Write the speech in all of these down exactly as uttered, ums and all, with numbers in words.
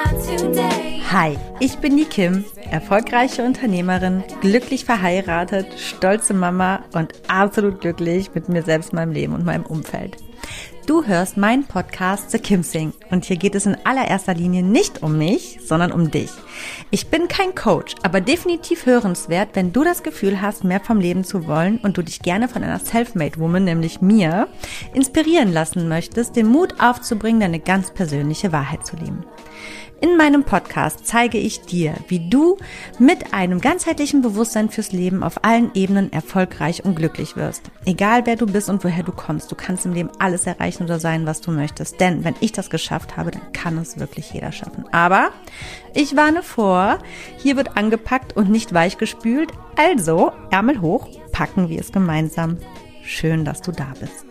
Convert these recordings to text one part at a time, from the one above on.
Hi, ich bin die Kim, erfolgreiche Unternehmerin, glücklich verheiratet, stolze Mama und absolut glücklich mit mir selbst, meinem Leben und meinem Umfeld. Du hörst meinen Podcast The Kim Sing und hier geht es in allererster Linie nicht um mich, sondern um dich. Ich bin kein Coach, aber definitiv hörenswert, wenn du das Gefühl hast, mehr vom Leben zu wollen und du dich gerne von einer Selfmade-Woman, nämlich mir, inspirieren lassen möchtest, den Mut aufzubringen, deine ganz persönliche Wahrheit zu leben. In meinem Podcast zeige ich dir, wie du mit einem ganzheitlichen Bewusstsein fürs Leben auf allen Ebenen erfolgreich und glücklich wirst. Egal wer du bist und woher du kommst, du kannst im Leben alles erreichen oder sein, was du möchtest. Denn wenn ich das geschafft habe, dann kann es wirklich jeder schaffen. Aber ich warne vor, hier wird angepackt und nicht weichgespült. Also Ärmel hoch, packen wir es gemeinsam. Schön, dass du da bist.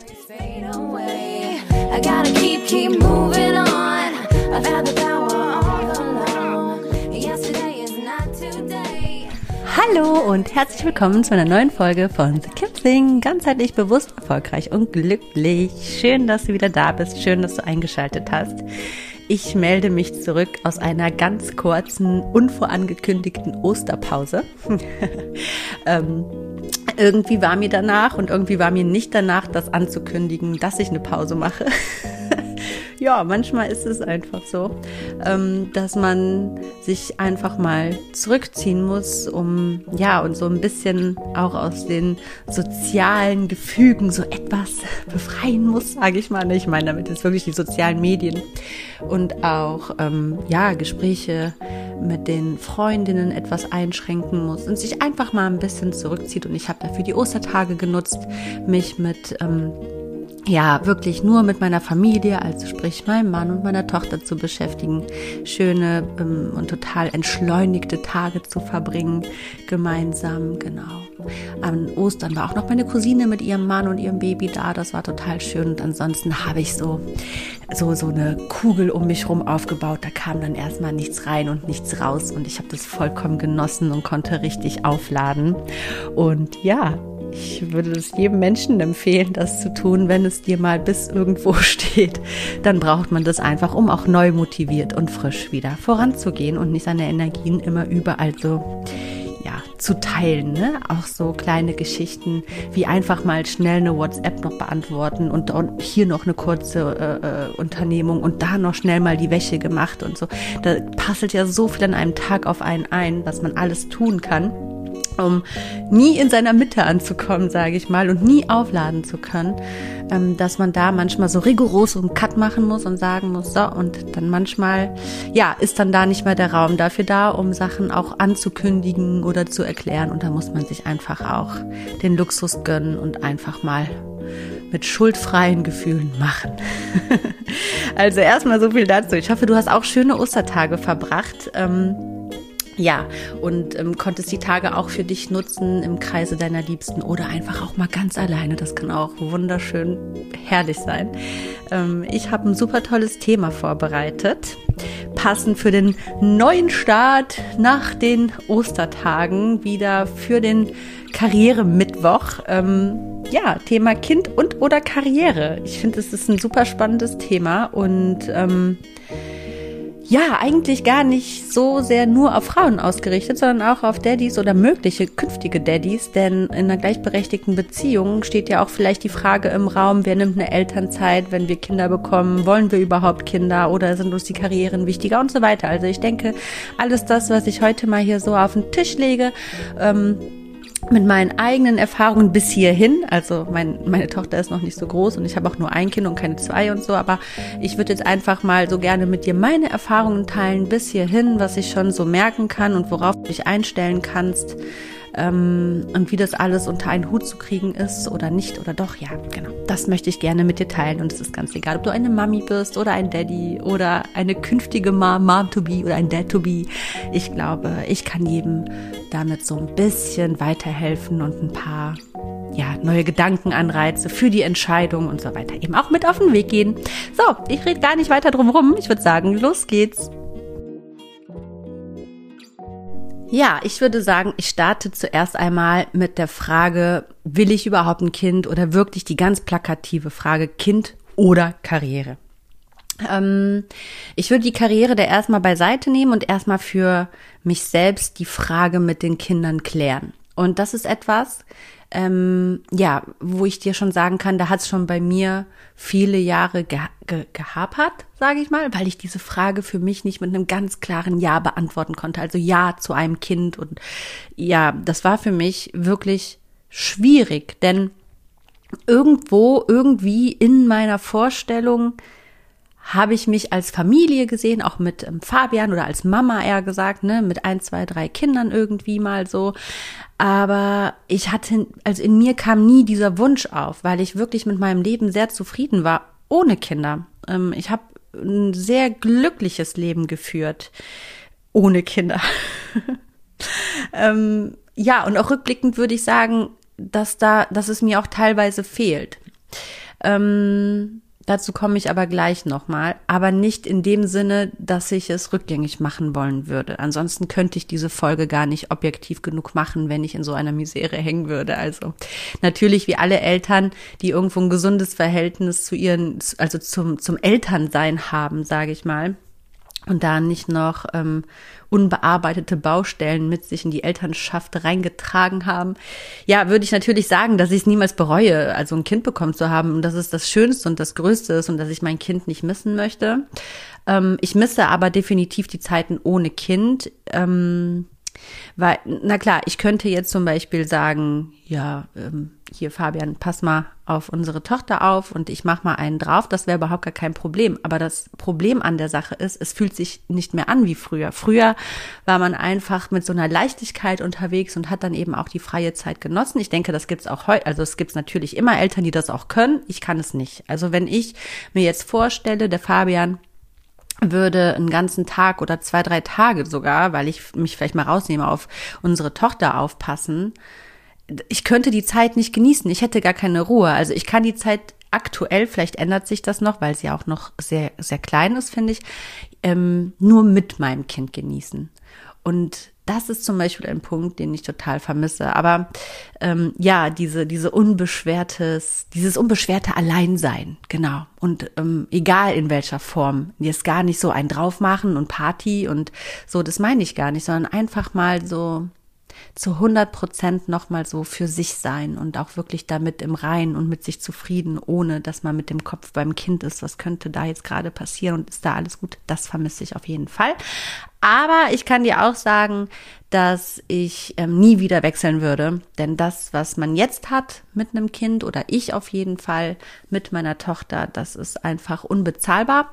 Hallo und herzlich willkommen zu einer neuen Folge von The Kim Sing, ganzheitlich bewusst, erfolgreich und glücklich. Schön, dass du wieder da bist, schön, dass du eingeschaltet hast. Ich melde mich zurück aus einer ganz kurzen, unvorangekündigten Osterpause. ähm, irgendwie war mir danach und irgendwie war mir nicht danach, das anzukündigen, dass ich eine Pause mache. Ja, manchmal ist es einfach so, dass man sich einfach mal zurückziehen muss, um, ja, und so ein bisschen auch aus den sozialen Gefügen so etwas befreien muss, sage ich mal. Ich meine damit jetzt wirklich die sozialen Medien und auch, ähm, ja, Gespräche mit den Freundinnen etwas einschränken muss und sich einfach mal ein bisschen zurückzieht. Und ich habe dafür die Ostertage genutzt, mich mit, ähm, ja, wirklich nur mit meiner Familie, also sprich meinem Mann und meiner Tochter zu beschäftigen, schöne ähm, und total entschleunigte Tage zu verbringen, gemeinsam, genau. An Ostern war auch noch meine Cousine mit ihrem Mann und ihrem Baby da, das war total schön und ansonsten habe ich so, so, so eine Kugel um mich rum aufgebaut, da kam dann erstmal nichts rein und nichts raus und ich habe das vollkommen genossen und konnte richtig aufladen und ja, ich würde es jedem Menschen empfehlen, das zu tun, wenn es dir mal bis irgendwo steht. Dann braucht man das einfach, um auch neu motiviert und frisch wieder voranzugehen und nicht seine Energien immer überall so, ja, zu teilen, ne? Auch so kleine Geschichten wie einfach mal schnell eine WhatsApp noch beantworten und, und hier noch eine kurze äh, Unternehmung und da noch schnell mal die Wäsche gemacht und so. Da passelt ja so viel an einem Tag auf einen ein, was man alles tun kann, um nie in seiner Mitte anzukommen, sage ich mal, und nie aufladen zu können, ähm, dass man da manchmal so rigoros einen Cut machen muss und sagen muss, so, und dann manchmal, ja, ist dann da nicht mehr der Raum dafür da, um Sachen auch anzukündigen oder zu erklären und da muss man sich einfach auch den Luxus gönnen und einfach mal mit schuldfreien Gefühlen machen. Also erstmal so viel dazu. Ich hoffe, du hast auch schöne Ostertage verbracht. Ähm, Ja, und ähm, konntest die Tage auch für dich nutzen im Kreise deiner Liebsten oder einfach auch mal ganz alleine. Das kann auch wunderschön herrlich sein. Ähm, ich habe ein super tolles Thema vorbereitet, passend für den neuen Start nach den Ostertagen, wieder für den Karrieremittwoch. Ähm, ja, Thema Kind und oder Karriere. Ich finde, es ist ein super spannendes Thema und ähm, ja, eigentlich gar nicht so sehr nur auf Frauen ausgerichtet, sondern auch auf Daddys oder mögliche künftige Daddys, denn in einer gleichberechtigten Beziehung steht ja auch vielleicht die Frage im Raum, wer nimmt eine Elternzeit, wenn wir Kinder bekommen, wollen wir überhaupt Kinder oder sind uns die Karrieren wichtiger und so weiter. Also ich denke, alles das, was ich heute mal hier so auf den Tisch lege, ähm, mit meinen eigenen Erfahrungen bis hierhin, also mein, meine Tochter ist noch nicht so groß und ich habe auch nur ein Kind und keine zwei und so, aber ich würde jetzt einfach mal so gerne mit dir meine Erfahrungen teilen bis hierhin, was ich schon so merken kann und worauf du dich einstellen kannst ähm, und wie das alles unter einen Hut zu kriegen ist oder nicht oder doch, ja, genau. Das möchte ich gerne mit dir teilen und es ist ganz egal, ob du eine Mami bist oder ein Daddy oder eine künftige Mom, Mom to be oder ein Dad to be. Ich glaube, ich kann jedem damit so ein bisschen weiterhelfen und ein paar ja, neue Gedankenanreize für die Entscheidung und so weiter eben auch mit auf den Weg gehen. So, ich rede gar nicht weiter drum rum. Ich würde sagen, los geht's. Ja, ich würde sagen, ich starte zuerst einmal mit der Frage, will ich überhaupt ein Kind oder wirklich die ganz plakative Frage, Kind oder Karriere? Ähm, ich würde die Karriere da erstmal beiseite nehmen und erstmal für mich selbst die Frage mit den Kindern klären. Und das ist etwas, ähm, ja, wo ich dir schon sagen kann, da hat es schon bei mir viele Jahre ge- ge- gehapert, sage ich mal, weil ich diese Frage für mich nicht mit einem ganz klaren Ja beantworten konnte. Also Ja zu einem Kind. Und ja, das war für mich wirklich schwierig, denn irgendwo, irgendwie in meiner Vorstellung habe ich mich als Familie gesehen, auch mit ähm, Fabian oder als Mama eher gesagt, ne, mit ein, zwei, drei Kindern irgendwie mal so. Aber ich hatte, also in mir kam nie dieser Wunsch auf, weil ich wirklich mit meinem Leben sehr zufrieden war, ohne Kinder. Ähm, ich habe ein sehr glückliches Leben geführt, ohne Kinder. ähm, ja, und auch rückblickend würde ich sagen, dass da, dass es mir auch teilweise fehlt. Ähm, Dazu komme ich aber gleich nochmal, aber nicht in dem Sinne, dass ich es rückgängig machen wollen würde. Ansonsten könnte ich diese Folge gar nicht objektiv genug machen, wenn ich in so einer Misere hängen würde. Also natürlich wie alle Eltern, die irgendwo ein gesundes Verhältnis zu ihren, also zum, zum Elternsein haben, sage ich mal. Und da nicht noch ähm, unbearbeitete Baustellen mit sich in die Elternschaft reingetragen haben. Ja, würde ich natürlich sagen, dass ich es niemals bereue, also ein Kind bekommen zu haben und dass es das Schönste und das Größte ist und dass ich mein Kind nicht missen möchte. Ähm, ich misse aber definitiv die Zeiten ohne Kind. Ähm, weil, na klar, ich könnte jetzt zum Beispiel sagen, ja, ähm, hier Fabian, pass mal auf unsere Tochter auf und ich mach mal einen drauf, das wäre überhaupt gar kein Problem. Aber das Problem an der Sache ist, es fühlt sich nicht mehr an wie früher. Früher war man einfach mit so einer Leichtigkeit unterwegs und hat dann eben auch die freie Zeit genossen. Ich denke, das gibt's auch heute, also es gibt's natürlich immer Eltern, die das auch können. Ich kann es nicht. Also wenn ich mir jetzt vorstelle, der Fabian würde einen ganzen Tag oder zwei, drei Tage sogar, weil ich mich vielleicht mal rausnehme, auf unsere Tochter aufpassen, ich könnte die Zeit nicht genießen. Ich hätte gar keine Ruhe. Also ich kann die Zeit aktuell, vielleicht ändert sich das noch, weil sie auch noch sehr, sehr klein ist, finde ich, ähm, nur mit meinem Kind genießen. Und das ist zum Beispiel ein Punkt, den ich total vermisse. Aber ähm, ja, diese diese unbeschwertes, dieses unbeschwerte Alleinsein, genau. Und ähm, egal in welcher Form, jetzt gar nicht so ein draufmachen und Party und so, das meine ich gar nicht, sondern einfach mal so zu hundert Prozent nochmal so für sich sein und auch wirklich damit im Reinen und mit sich zufrieden, ohne dass man mit dem Kopf beim Kind ist, was könnte da jetzt gerade passieren und ist da alles gut, das vermisse ich auf jeden Fall. Aber ich kann dir auch sagen, dass ich ähm, nie wieder wechseln würde, denn das, was man jetzt hat mit einem Kind oder ich auf jeden Fall mit meiner Tochter, das ist einfach unbezahlbar.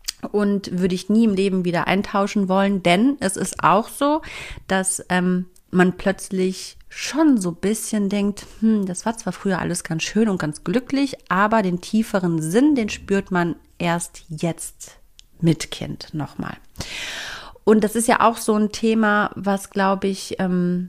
Und würde ich nie im Leben wieder eintauschen wollen, denn es ist auch so, dass ähm, man plötzlich schon so ein bisschen denkt, hm, das war zwar früher alles ganz schön und ganz glücklich, aber den tieferen Sinn, den spürt man erst jetzt mit Kind nochmal. Und das ist ja auch so ein Thema, was, glaube ich, ähm,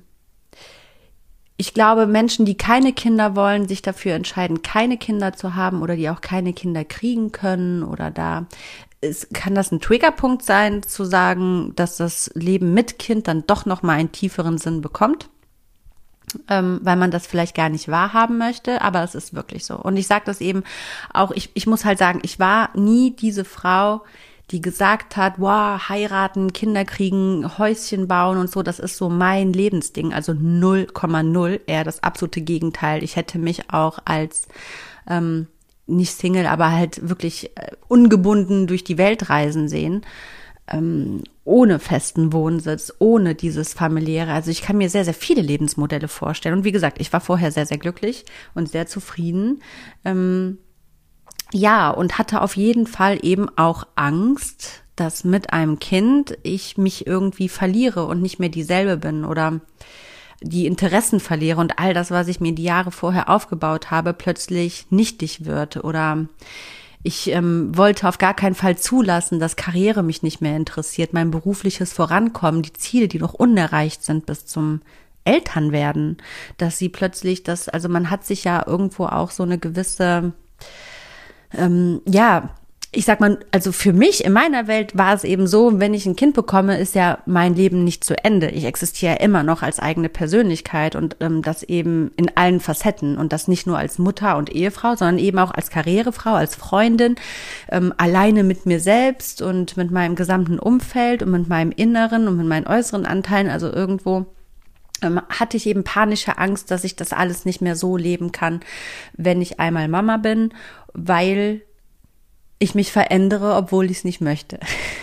ich glaube, Menschen, die keine Kinder wollen, sich dafür entscheiden, keine Kinder zu haben oder die auch keine Kinder kriegen können oder da es, kann das ein Triggerpunkt sein, zu sagen, dass das Leben mit Kind dann doch nochmal einen tieferen Sinn bekommt, ähm, weil man das vielleicht gar nicht wahrhaben möchte, aber es ist wirklich so. Und ich sage das eben auch, ich, ich muss halt sagen, ich war nie diese Frau, die gesagt hat, wow, heiraten, Kinder kriegen, Häuschen bauen und so, das ist so mein Lebensding, also null Komma null, eher das absolute Gegenteil. Ich hätte mich auch als ähm, nicht Single, aber halt wirklich äh, ungebunden durch die Welt reisen sehen, ähm, ohne festen Wohnsitz, ohne dieses familiäre. Also ich kann mir sehr, sehr viele Lebensmodelle vorstellen. Und wie gesagt, ich war vorher sehr, sehr glücklich und sehr zufrieden. Ähm, ja, und hatte auf jeden Fall eben auch Angst, dass mit einem Kind ich mich irgendwie verliere und nicht mehr dieselbe bin oder die Interessen verliere und all das, was ich mir die Jahre vorher aufgebaut habe, plötzlich nichtig wird. Oder ich ähm, wollte auf gar keinen Fall zulassen, dass Karriere mich nicht mehr interessiert, mein berufliches Vorankommen, die Ziele, die noch unerreicht sind bis zum Elternwerden, dass sie plötzlich das, also man hat sich ja irgendwo auch so eine gewisse, ähm, ja, ich sag mal, also für mich in meiner Welt war es eben so, wenn ich ein Kind bekomme, ist ja mein Leben nicht zu Ende. Ich existiere immer noch als eigene Persönlichkeit und ähm, das eben in allen Facetten und das nicht nur als Mutter und Ehefrau, sondern eben auch als Karrierefrau, als Freundin, ähm, alleine mit mir selbst und mit meinem gesamten Umfeld und mit meinem inneren und mit meinen äußeren Anteilen, also irgendwo ähm, hatte ich eben panische Angst, dass ich das alles nicht mehr so leben kann, wenn ich einmal Mama bin, weil ich mich verändere, obwohl ich es nicht möchte.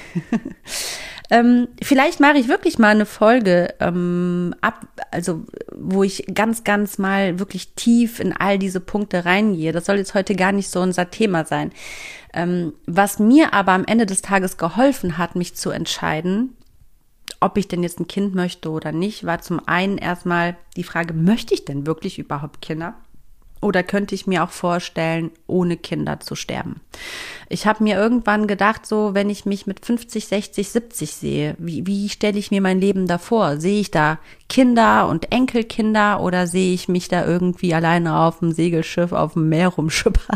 ähm, vielleicht mache ich wirklich mal eine Folge ähm, ab, also wo ich ganz, ganz mal wirklich tief in all diese Punkte reingehe. Das soll jetzt heute gar nicht so unser Thema sein. Ähm, was mir aber am Ende des Tages geholfen hat, mich zu entscheiden, ob ich denn jetzt ein Kind möchte oder nicht, war zum einen erstmal die Frage, möchte ich denn wirklich überhaupt Kinder? Oder könnte ich mir auch vorstellen, ohne Kinder zu sterben? Ich habe mir irgendwann gedacht, so wenn ich mich mit fünfzig, sechzig, siebzig sehe, wie, wie stelle ich mir mein Leben da vor? Sehe ich da Kinder und Enkelkinder oder sehe ich mich da irgendwie alleine auf dem Segelschiff auf dem Meer rumschippern?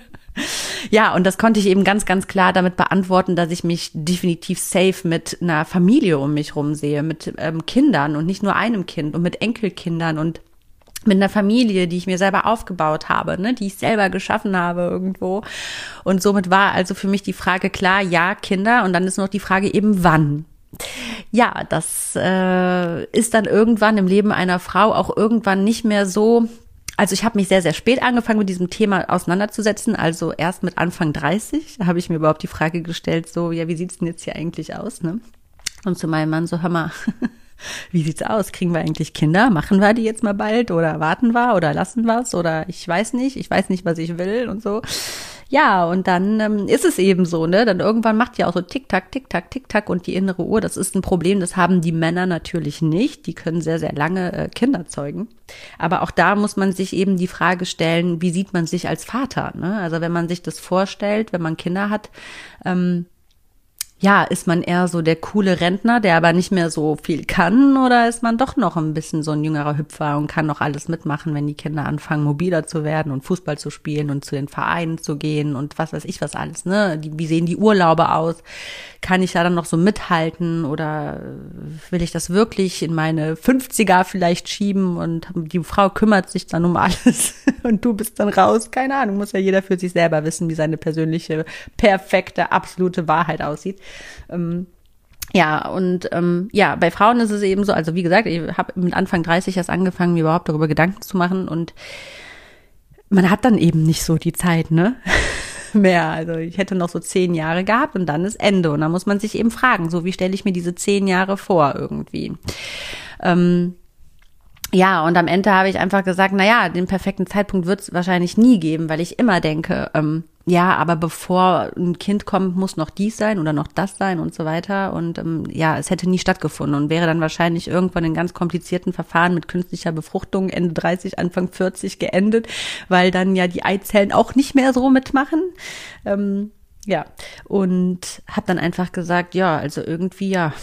Ja, und das konnte ich eben ganz, ganz klar damit beantworten, dass ich mich definitiv safe mit einer Familie um mich rum sehe, mit ähm, Kindern und nicht nur einem Kind und mit Enkelkindern und mit einer Familie, die ich mir selber aufgebaut habe, ne, die ich selber geschaffen habe irgendwo. Und somit war also für mich die Frage klar, ja, Kinder. Und dann ist noch die Frage eben, wann? Ja, das äh, ist dann irgendwann im Leben einer Frau auch irgendwann nicht mehr so. Also ich habe mich sehr, sehr spät angefangen, mit diesem Thema auseinanderzusetzen. Also erst mit Anfang dreißig habe ich mir überhaupt die Frage gestellt, so, ja, wie sieht's denn jetzt hier eigentlich aus, ne? Und zu meinem Mann so, hör mal, wie sieht's aus? Kriegen wir eigentlich Kinder? Machen wir die jetzt mal bald oder warten wir oder lassen wir's oder ich weiß nicht, ich weiß nicht, was ich will und so. Ja, und dann ähm, ist es eben so, ne? Dann irgendwann macht ja auch so Tick-Tack, Tick-Tack, Tick-Tack und die innere Uhr, das ist ein Problem, das haben die Männer natürlich nicht. Die können sehr, sehr lange äh, Kinder zeugen. Aber auch da muss man sich eben die Frage stellen, wie sieht man sich als Vater, ne? Also wenn man sich das vorstellt, wenn man Kinder hat, ähm, ja, ist man eher so der coole Rentner, der aber nicht mehr so viel kann, oder ist man doch noch ein bisschen so ein jüngerer Hüpfer und kann noch alles mitmachen, wenn die Kinder anfangen, mobiler zu werden und Fußball zu spielen und zu den Vereinen zu gehen und was weiß ich was alles, ne? Die, wie sehen die Urlaube aus? Kann ich da dann noch so mithalten oder will ich das wirklich in meine fünfziger vielleicht schieben und die Frau kümmert sich dann um alles und du bist dann raus? Keine Ahnung, muss ja jeder für sich selber wissen, wie seine persönliche, perfekte, absolute Wahrheit aussieht. Ähm, ja, und ähm, ja, bei Frauen ist es eben so, also wie gesagt, ich habe mit Anfang dreißig erst angefangen, mir überhaupt darüber Gedanken zu machen und man hat dann eben nicht so die Zeit, ne? mehr. Also ich hätte noch so zehn Jahre gehabt und dann ist Ende. Und dann muss man sich eben fragen, so wie stelle ich mir diese zehn Jahre vor irgendwie. Ähm, ja, und am Ende habe ich einfach gesagt, na ja, den perfekten Zeitpunkt wird es wahrscheinlich nie geben, weil ich immer denke, ähm, ja, aber bevor ein Kind kommt, muss noch dies sein oder noch das sein und so weiter. Und ähm, ja, es hätte nie stattgefunden und wäre dann wahrscheinlich irgendwann in ganz komplizierten Verfahren mit künstlicher Befruchtung Ende dreißig, Anfang vierzig geendet, weil dann ja die Eizellen auch nicht mehr so mitmachen. Ähm, ja, und habe dann einfach gesagt, ja, also irgendwie ja,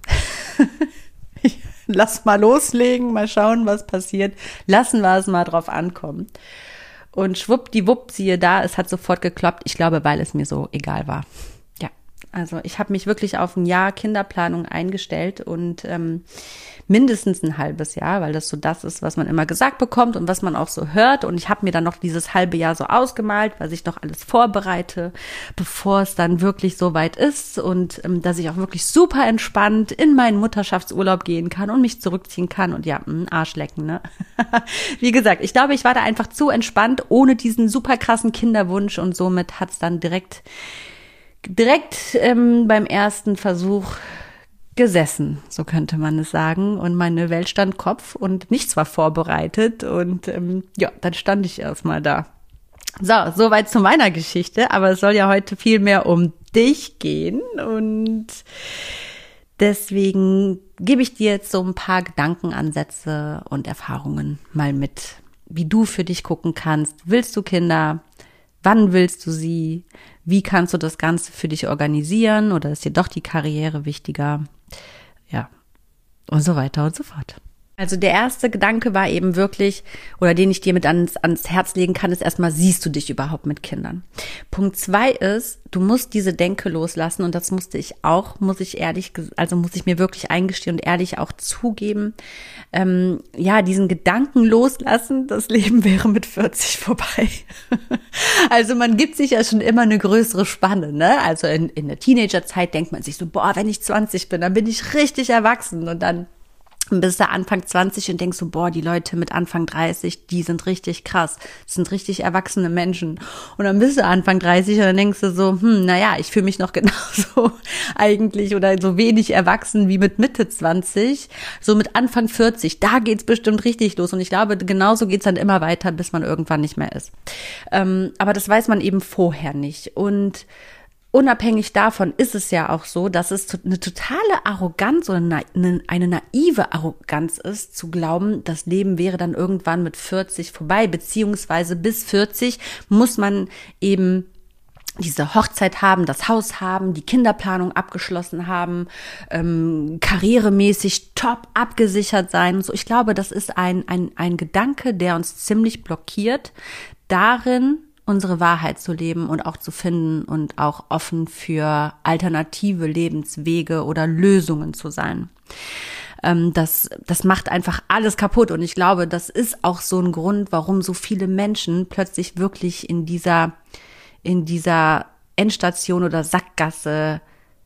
lass mal loslegen, mal schauen, was passiert. Lassen wir es mal drauf ankommen. Und schwuppdiwupp, siehe da, es hat sofort geklappt. Ich glaube, weil es mir so egal war. Ja, also ich habe mich wirklich auf ein Jahr Kinderplanung eingestellt und ähm, mindestens ein halbes Jahr, weil das so das ist, was man immer gesagt bekommt und was man auch so hört. Und ich habe mir dann noch dieses halbe Jahr so ausgemalt, was ich noch alles vorbereite, bevor es dann wirklich so weit ist und ähm, dass ich auch wirklich super entspannt in meinen Mutterschaftsurlaub gehen kann und mich zurückziehen kann und ja, mh, Arsch lecken, ne? Wie gesagt, ich glaube, ich war da einfach zu entspannt, ohne diesen super krassen Kinderwunsch und somit hat's dann direkt, direkt ähm, beim ersten Versuch gesessen, so könnte man es sagen. Und meine Welt stand Kopf und nichts war vorbereitet. Und ähm, ja, dann stand ich erstmal da. So, soweit zu meiner Geschichte. Aber es soll ja heute viel mehr um dich gehen. Und deswegen gebe ich dir jetzt so ein paar Gedankenansätze und Erfahrungen mal mit, wie du für dich gucken kannst. Willst du Kinder? Wann willst du sie? Wie kannst du das Ganze für dich organisieren? Oder ist dir doch die Karriere wichtiger? Ja, und so weiter und so fort. Also der erste Gedanke war eben wirklich, oder den ich dir mit ans, ans Herz legen kann, ist erstmal, siehst du dich überhaupt mit Kindern? Punkt zwei ist, du musst diese Denke loslassen und das musste ich auch, muss ich ehrlich, also muss ich mir wirklich eingestehen und ehrlich auch zugeben, ähm, ja, diesen Gedanken loslassen, das Leben wäre mit vierzig vorbei. Also man gibt sich ja schon immer eine größere Spanne, ne? Also in, in der Teenagerzeit denkt man sich so, boah, wenn ich zwanzig bin, dann bin ich richtig erwachsen und dann bist du Anfang zwanzig und denkst so, boah, die Leute mit Anfang dreißig, die sind richtig krass. Das sind richtig erwachsene Menschen. Und dann bist du Anfang dreißig und dann denkst du so, hm, naja, ich fühle mich noch genauso eigentlich oder so wenig erwachsen wie mit Mitte zwanzig. So mit Anfang vierzig, da geht's bestimmt richtig los. Und ich glaube, genauso geht's dann immer weiter, bis man irgendwann nicht mehr ist. Ähm, aber das weiß man eben vorher nicht. Und unabhängig davon ist es ja auch so, dass es eine totale Arroganz oder eine, eine naive Arroganz ist, zu glauben, das Leben wäre dann irgendwann mit vierzig vorbei, beziehungsweise bis vierzig muss man eben diese Hochzeit haben, das Haus haben, die Kinderplanung abgeschlossen haben, ähm, karrieremäßig top abgesichert sein und so. Ich glaube, das ist ein, ein, ein Gedanke, der uns ziemlich blockiert, darin unsere Wahrheit zu leben und auch zu finden und auch offen für alternative Lebenswege oder Lösungen zu sein. Ähm, das, das macht einfach alles kaputt und ich glaube, das ist auch so ein Grund, warum so viele Menschen plötzlich wirklich in dieser, in dieser Endstation oder Sackgasse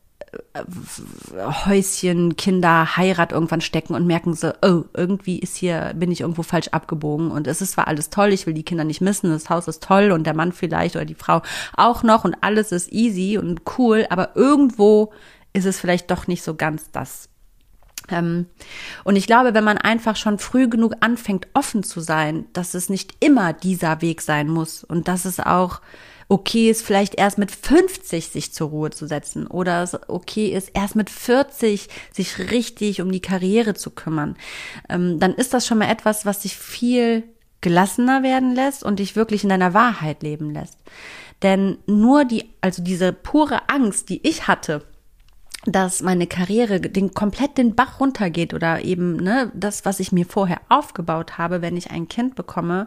Häuschen, Kinder, Heirat irgendwann stecken und merken so, oh, irgendwie ist hier, bin ich irgendwo falsch abgebogen und es ist zwar alles toll, ich will die Kinder nicht missen, das Haus ist toll und der Mann vielleicht oder die Frau auch noch und alles ist easy und cool, aber irgendwo ist es vielleicht doch nicht so ganz das. Ähm, und ich glaube, wenn man einfach schon früh genug anfängt, offen zu sein, dass es nicht immer dieser Weg sein muss und dass es auch okay ist, vielleicht erst mit fünfzig sich zur Ruhe zu setzen oder es okay ist, erst mit vierzig sich richtig um die Karriere zu kümmern, ähm, dann ist das schon mal etwas, was dich viel gelassener werden lässt und dich wirklich in deiner Wahrheit leben lässt. Denn nur die, also diese pure Angst, die ich hatte, dass meine Karriere den, komplett den Bach runtergeht oder eben ne, das, was ich mir vorher aufgebaut habe, wenn ich ein Kind bekomme,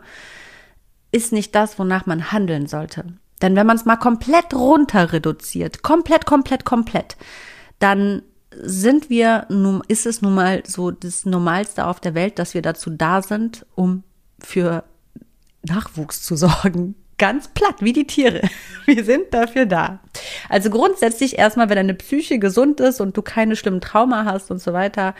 ist nicht das, wonach man handeln sollte. Denn wenn man es mal komplett runter reduziert, komplett, komplett, komplett, dann sind wir, nun ist es nun mal so das Normalste auf der Welt, dass wir dazu da sind, um für Nachwuchs zu sorgen. Ganz platt, wie die Tiere. Wir sind dafür da. Also grundsätzlich erstmal, wenn deine Psyche gesund ist und du keine schlimmen Trauma hast und so weiter,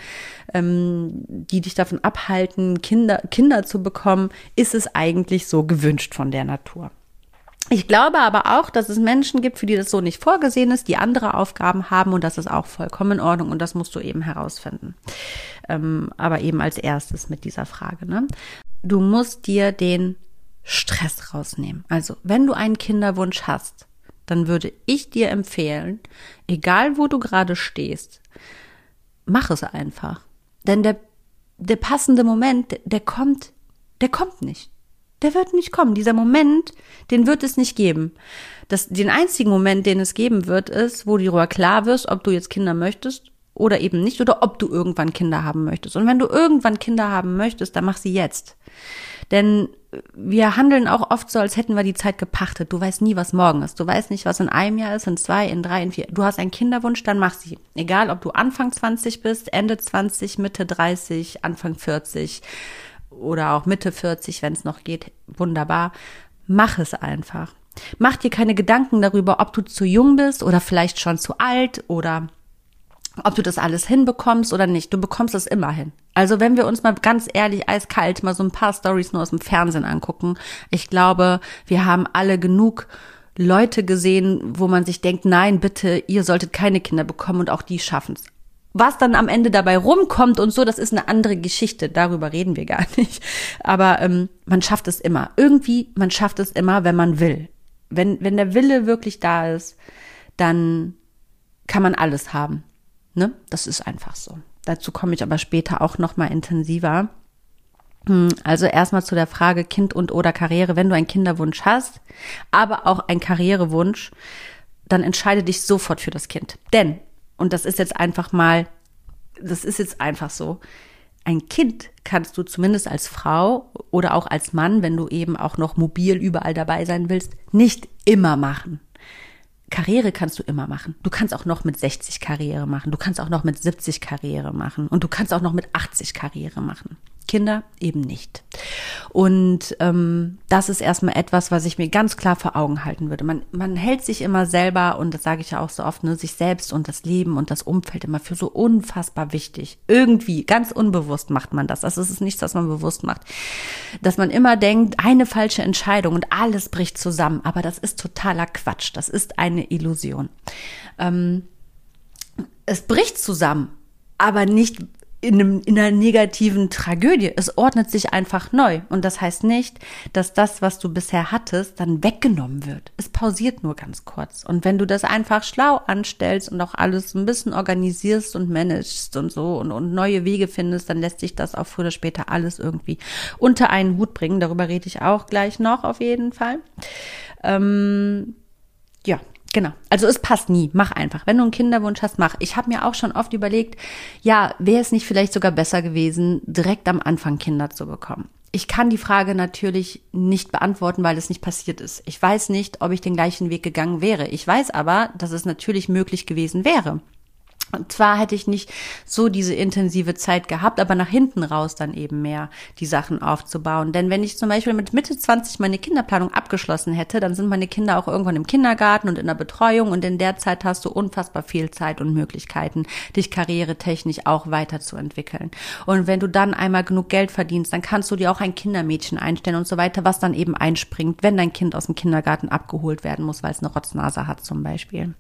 ähm, die dich davon abhalten, Kinder, Kinder zu bekommen, ist es eigentlich so gewünscht von der Natur. Ich glaube aber auch, dass es Menschen gibt, für die das so nicht vorgesehen ist, die andere Aufgaben haben und das ist auch vollkommen in Ordnung und das musst du eben herausfinden. Ähm, aber eben als erstes mit dieser Frage, ne? Du musst dir den Stress rausnehmen. Also, wenn du einen Kinderwunsch hast, dann würde ich dir empfehlen, egal wo du gerade stehst, mach es einfach. Denn der, der passende Moment, der kommt, der kommt nicht. Der wird nicht kommen. Dieser Moment, den wird es nicht geben. Das, den einzigen Moment, den es geben wird, ist, wo dir darüber klar wirst, ob du jetzt Kinder möchtest oder eben nicht oder ob du irgendwann Kinder haben möchtest. Und wenn du irgendwann Kinder haben möchtest, dann mach sie jetzt. Denn wir handeln auch oft so, als hätten wir die Zeit gepachtet. Du weißt nie, was morgen ist. Du weißt nicht, was in einem Jahr ist, in zwei, in drei, in vier. Du hast einen Kinderwunsch, dann mach sie. Egal, ob du Anfang zwanzig bist, Ende zwanzig, Mitte dreißig, Anfang vierzig oder auch Mitte vierzig, wenn es noch geht. Wunderbar. Mach es einfach. Mach dir keine Gedanken darüber, ob du zu jung bist oder vielleicht schon zu alt oder ob du das alles hinbekommst oder nicht. Du bekommst es immer hin. Also wenn wir uns mal ganz ehrlich, eiskalt mal so ein paar Storys nur aus dem Fernsehen angucken, ich glaube, wir haben alle genug Leute gesehen, wo man sich denkt, nein, bitte, ihr solltet keine Kinder bekommen und auch die schaffen es. Was dann am Ende dabei rumkommt und so, das ist eine andere Geschichte. Darüber reden wir gar nicht. Aber ähm, man schafft es immer. Irgendwie, man schafft es immer, wenn man will. Wenn, wenn der Wille wirklich da ist, dann kann man alles haben. Ne? Das ist einfach so. Dazu komme ich aber später auch noch mal intensiver. Also erstmal zu der Frage Kind und oder Karriere. Wenn du einen Kinderwunsch hast, aber auch einen Karrierewunsch, dann entscheide dich sofort für das Kind. Denn, und das ist jetzt einfach mal, das ist jetzt einfach so, ein Kind kannst du zumindest als Frau oder auch als Mann, wenn du eben auch noch mobil überall dabei sein willst, nicht immer machen. Karriere kannst du immer machen. Du kannst auch noch mit sechzig Karriere machen. Du kannst auch noch mit siebzig Karriere machen. Und du kannst auch noch mit achtzig Karriere machen. Kinder eben nicht. Und ähm, das ist erstmal etwas, was ich mir ganz klar vor Augen halten würde. Man, man hält sich immer selber, und das sage ich ja auch so oft, ne, sich selbst und das Leben und das Umfeld immer für so unfassbar wichtig. Irgendwie, ganz unbewusst macht man das. Also es ist nichts, was man bewusst macht. Dass man immer denkt, eine falsche Entscheidung und alles bricht zusammen. Aber das ist totaler Quatsch. Das ist eine Illusion. Ähm, es bricht zusammen, aber nicht in, einem, in einer negativen Tragödie. Es ordnet sich einfach neu. Und das heißt nicht, dass das, was du bisher hattest, dann weggenommen wird. Es pausiert nur ganz kurz. Und wenn du das einfach schlau anstellst und auch alles ein bisschen organisierst und managst und so und, und neue Wege findest, dann lässt sich das auch früher oder später alles irgendwie unter einen Hut bringen. Darüber rede ich auch gleich noch auf jeden Fall. Ähm, ja. Genau, also es passt nie, mach einfach. Wenn du einen Kinderwunsch hast, mach. Ich habe mir auch schon oft überlegt, ja, wäre es nicht vielleicht sogar besser gewesen, direkt am Anfang Kinder zu bekommen? Ich kann die Frage natürlich nicht beantworten, weil es nicht passiert ist. Ich weiß nicht, ob ich den gleichen Weg gegangen wäre. Ich weiß aber, dass es natürlich möglich gewesen wäre. Und zwar hätte ich nicht so diese intensive Zeit gehabt, aber nach hinten raus dann eben mehr die Sachen aufzubauen. Denn wenn ich zum Beispiel mit Mitte zwanzig meine Kinderplanung abgeschlossen hätte, dann sind meine Kinder auch irgendwann im Kindergarten und in der Betreuung, und in der Zeit hast du unfassbar viel Zeit und Möglichkeiten, dich karrieretechnisch auch weiterzuentwickeln. Und wenn du dann einmal genug Geld verdienst, dann kannst du dir auch ein Kindermädchen einstellen und so weiter, was dann eben einspringt, wenn dein Kind aus dem Kindergarten abgeholt werden muss, weil es eine Rotznase hat zum Beispiel.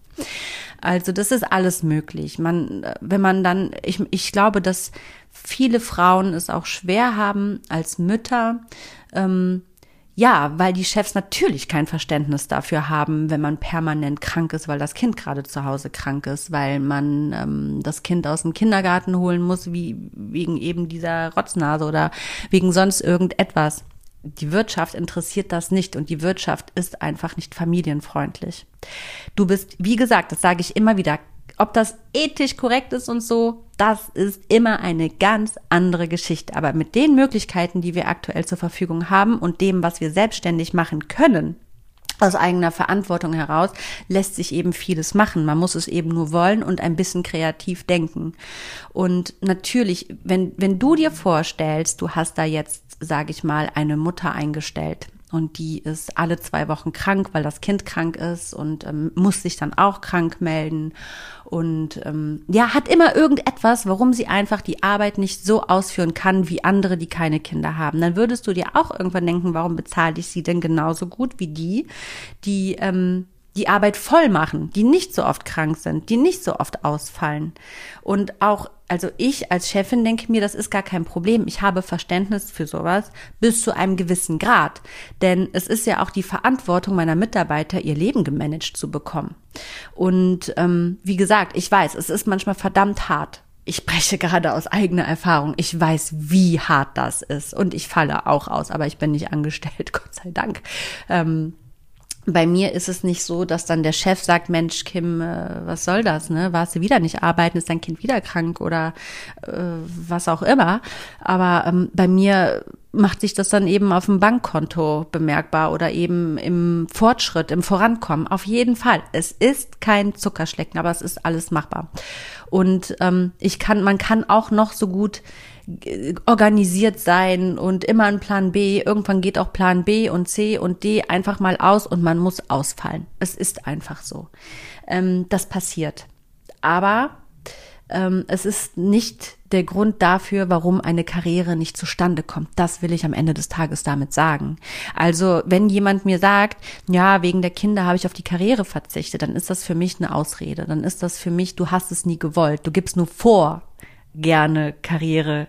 Also das ist alles möglich. Man, wenn man dann, ich, ich glaube, dass viele Frauen es auch schwer haben als Mütter, ähm, ja, weil die Chefs natürlich kein Verständnis dafür haben, wenn man permanent krank ist, weil das Kind gerade zu Hause krank ist, weil man ähm, das Kind aus dem Kindergarten holen muss, wie wegen eben dieser Rotznase oder wegen sonst irgendetwas. Die Wirtschaft interessiert das nicht, und die Wirtschaft ist einfach nicht familienfreundlich. Du bist, wie gesagt, das sage ich immer wieder, ob das ethisch korrekt ist und so, das ist immer eine ganz andere Geschichte. Aber mit den Möglichkeiten, die wir aktuell zur Verfügung haben und dem, was wir selbstständig machen können, aus eigener Verantwortung heraus, lässt sich eben vieles machen. Man muss es eben nur wollen und ein bisschen kreativ denken. Und natürlich, wenn, wenn du dir vorstellst, du hast da jetzt, sage ich mal, eine Mutter eingestellt und die ist alle zwei Wochen krank, weil das Kind krank ist und ähm, muss sich dann auch krank melden und ähm, ja, hat immer irgendetwas, warum sie einfach die Arbeit nicht so ausführen kann wie andere, die keine Kinder haben. Dann würdest du dir auch irgendwann denken, warum bezahle ich sie denn genauso gut wie die, die ähm, die Arbeit voll machen, die nicht so oft krank sind, die nicht so oft ausfallen. Und auch, also ich als Chefin denke mir, das ist gar kein Problem. Ich habe Verständnis für sowas bis zu einem gewissen Grad. Denn es ist ja auch die Verantwortung meiner Mitarbeiter, ihr Leben gemanagt zu bekommen. Und ähm, wie gesagt, ich weiß, es ist manchmal verdammt hart. Ich spreche gerade aus eigener Erfahrung. Ich weiß, wie hart das ist. Und ich falle auch aus, aber ich bin nicht angestellt, Gott sei Dank. Ähm, Bei mir ist es nicht so, dass dann der Chef sagt, Mensch, Kim, äh, was soll das, ne? Warst du wieder nicht arbeiten, ist dein Kind wieder krank oder äh, was auch immer. Aber ähm, bei mir macht sich das dann eben auf dem Bankkonto bemerkbar oder eben im Fortschritt, im Vorankommen. Auf jeden Fall. Es ist kein Zuckerschlecken, aber es ist alles machbar. Und ähm, ich kann, man kann auch noch so gut organisiert sein und immer ein Plan B. Irgendwann geht auch Plan B und C und D einfach mal aus und man muss ausfallen. Es ist einfach so. Ähm, das passiert. Aber ähm, es ist nicht der Grund dafür, warum eine Karriere nicht zustande kommt. Das will ich am Ende des Tages damit sagen. Also wenn jemand mir sagt, ja, wegen der Kinder habe ich auf die Karriere verzichtet, dann ist das für mich eine Ausrede. Dann ist das für mich, du hast es nie gewollt. Du gibst nur vor, gerne Karriere,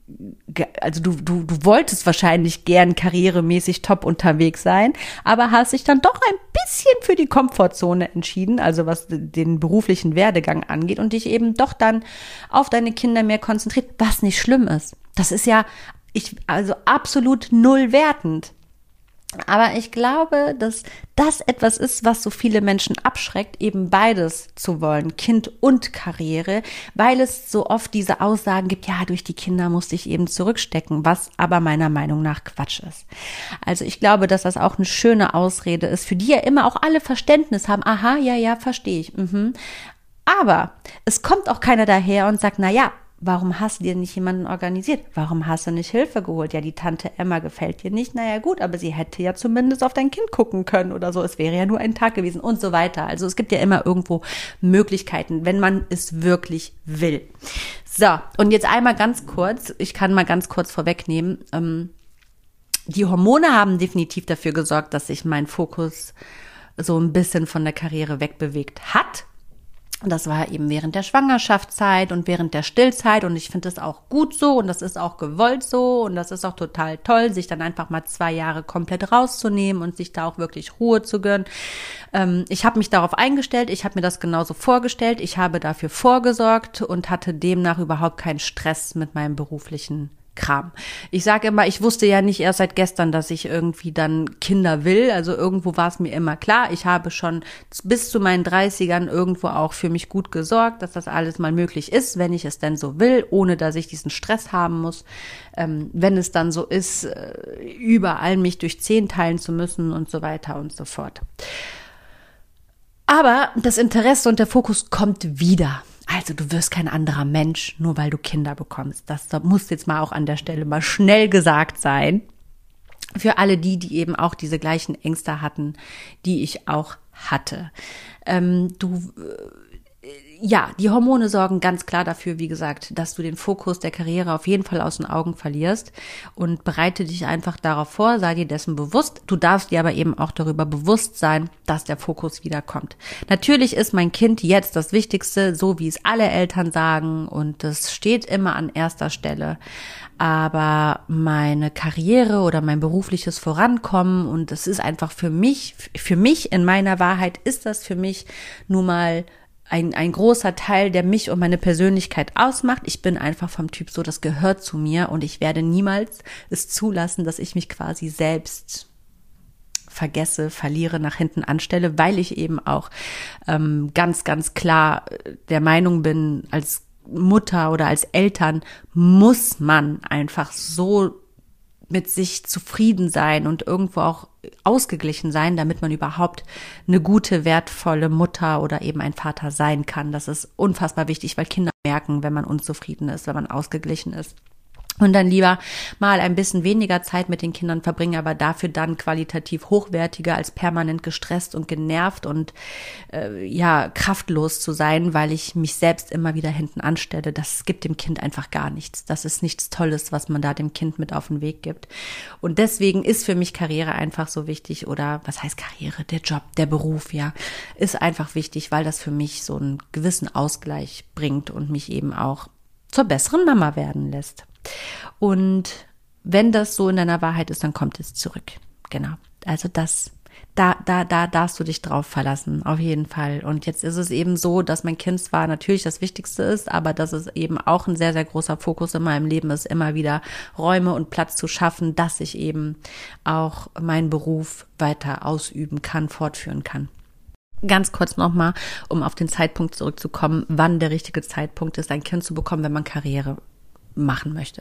also du, du, du wolltest wahrscheinlich gern karrieremäßig top unterwegs sein, aber hast dich dann doch ein bisschen für die Komfortzone entschieden, also was den beruflichen Werdegang angeht und dich eben doch dann auf deine Kinder mehr konzentriert, was nicht schlimm ist. Das ist ja, ich, also absolut null wertend. Aber ich glaube, dass das etwas ist, was so viele Menschen abschreckt, eben beides zu wollen, Kind und Karriere, weil es so oft diese Aussagen gibt, ja, durch die Kinder musste ich eben zurückstecken, was aber meiner Meinung nach Quatsch ist. Also ich glaube, dass das auch eine schöne Ausrede ist, für die ja immer auch alle Verständnis haben. Aha, ja, ja, verstehe ich. Mhm. Aber es kommt auch keiner daher und sagt, na ja, warum hast du dir nicht jemanden organisiert? Warum hast du nicht Hilfe geholt? Ja, die Tante Emma gefällt dir nicht. Naja, gut, aber sie hätte ja zumindest auf dein Kind gucken können oder so. Es wäre ja nur ein Tag gewesen und so weiter. Also es gibt ja immer irgendwo Möglichkeiten, wenn man es wirklich will. So, und jetzt einmal ganz kurz, ich kann mal ganz kurz vorwegnehmen, ähm, die Hormone haben definitiv dafür gesorgt, dass sich mein Fokus so ein bisschen von der Karriere wegbewegt hat. Das war eben während der Schwangerschaftszeit und während der Stillzeit und ich finde das auch gut so und das ist auch gewollt so und das ist auch total toll, sich dann einfach mal zwei Jahre komplett rauszunehmen und sich da auch wirklich Ruhe zu gönnen. Ähm, ich habe mich darauf eingestellt, ich habe mir das genauso vorgestellt, ich habe dafür vorgesorgt und hatte demnach überhaupt keinen Stress mit meinem beruflichen Kram. Ich sage immer, ich wusste ja nicht erst seit gestern, dass ich irgendwie dann Kinder will. Also irgendwo war es mir immer klar. Ich habe schon bis zu meinen dreißigern irgendwo auch für mich gut gesorgt, dass das alles mal möglich ist, wenn ich es denn so will, ohne dass ich diesen Stress haben muss. Ähm, wenn es dann so ist, überall mich durch zehn teilen zu müssen und so weiter und so fort. Aber das Interesse und der Fokus kommt wieder. Also du wirst kein anderer Mensch, nur weil du Kinder bekommst. Das, das muss jetzt mal auch an der Stelle mal schnell gesagt sein. Für alle die, die eben auch diese gleichen Ängste hatten, die ich auch hatte. Ähm, du, äh, ja, die Hormone sorgen ganz klar dafür, wie gesagt, dass du den Fokus der Karriere auf jeden Fall aus den Augen verlierst und bereite dich einfach darauf vor, sei dir dessen bewusst. Du darfst dir aber eben auch darüber bewusst sein, dass der Fokus wiederkommt. Natürlich ist mein Kind jetzt das Wichtigste, so wie es alle Eltern sagen und das steht immer an erster Stelle. Aber meine Karriere oder mein berufliches Vorankommen und es ist einfach für mich, für mich in meiner Wahrheit ist das für mich nun mal Ein, ein großer Teil, der mich und meine Persönlichkeit ausmacht. Ich bin einfach vom Typ so, das gehört zu mir und ich werde niemals es zulassen, dass ich mich quasi selbst vergesse, verliere, nach hinten anstelle, weil ich eben auch ähm, ganz, ganz klar der Meinung bin, als Mutter oder als Eltern muss man einfach so mit sich zufrieden sein und irgendwo auch ausgeglichen sein, damit man überhaupt eine gute, wertvolle Mutter oder eben ein Vater sein kann. Das ist unfassbar wichtig, weil Kinder merken, wenn man unzufrieden ist, wenn man ausgeglichen ist. Und dann lieber mal ein bisschen weniger Zeit mit den Kindern verbringen, aber dafür dann qualitativ hochwertiger als permanent gestresst und genervt und äh, ja kraftlos zu sein, weil ich mich selbst immer wieder hinten anstelle. Das gibt dem Kind einfach gar nichts. Das ist nichts Tolles, was man da dem Kind mit auf den Weg gibt. Und deswegen ist für mich Karriere einfach so wichtig oder was heißt Karriere? Der Job, der Beruf, ja, ist einfach wichtig, weil das für mich so einen gewissen Ausgleich bringt und mich eben auch zur besseren Mama werden lässt. Und wenn das so in deiner Wahrheit ist, dann kommt es zurück. Genau. Also das, da, da, da darfst du dich drauf verlassen, auf jeden Fall. Und jetzt ist es eben so, dass mein Kind zwar natürlich das Wichtigste ist, aber dass es eben auch ein sehr, sehr großer Fokus in meinem Leben ist, immer wieder Räume und Platz zu schaffen, dass ich eben auch meinen Beruf weiter ausüben kann, fortführen kann. Ganz kurz nochmal, um auf den Zeitpunkt zurückzukommen, wann der richtige Zeitpunkt ist, ein Kind zu bekommen, wenn man Karriere machen möchte.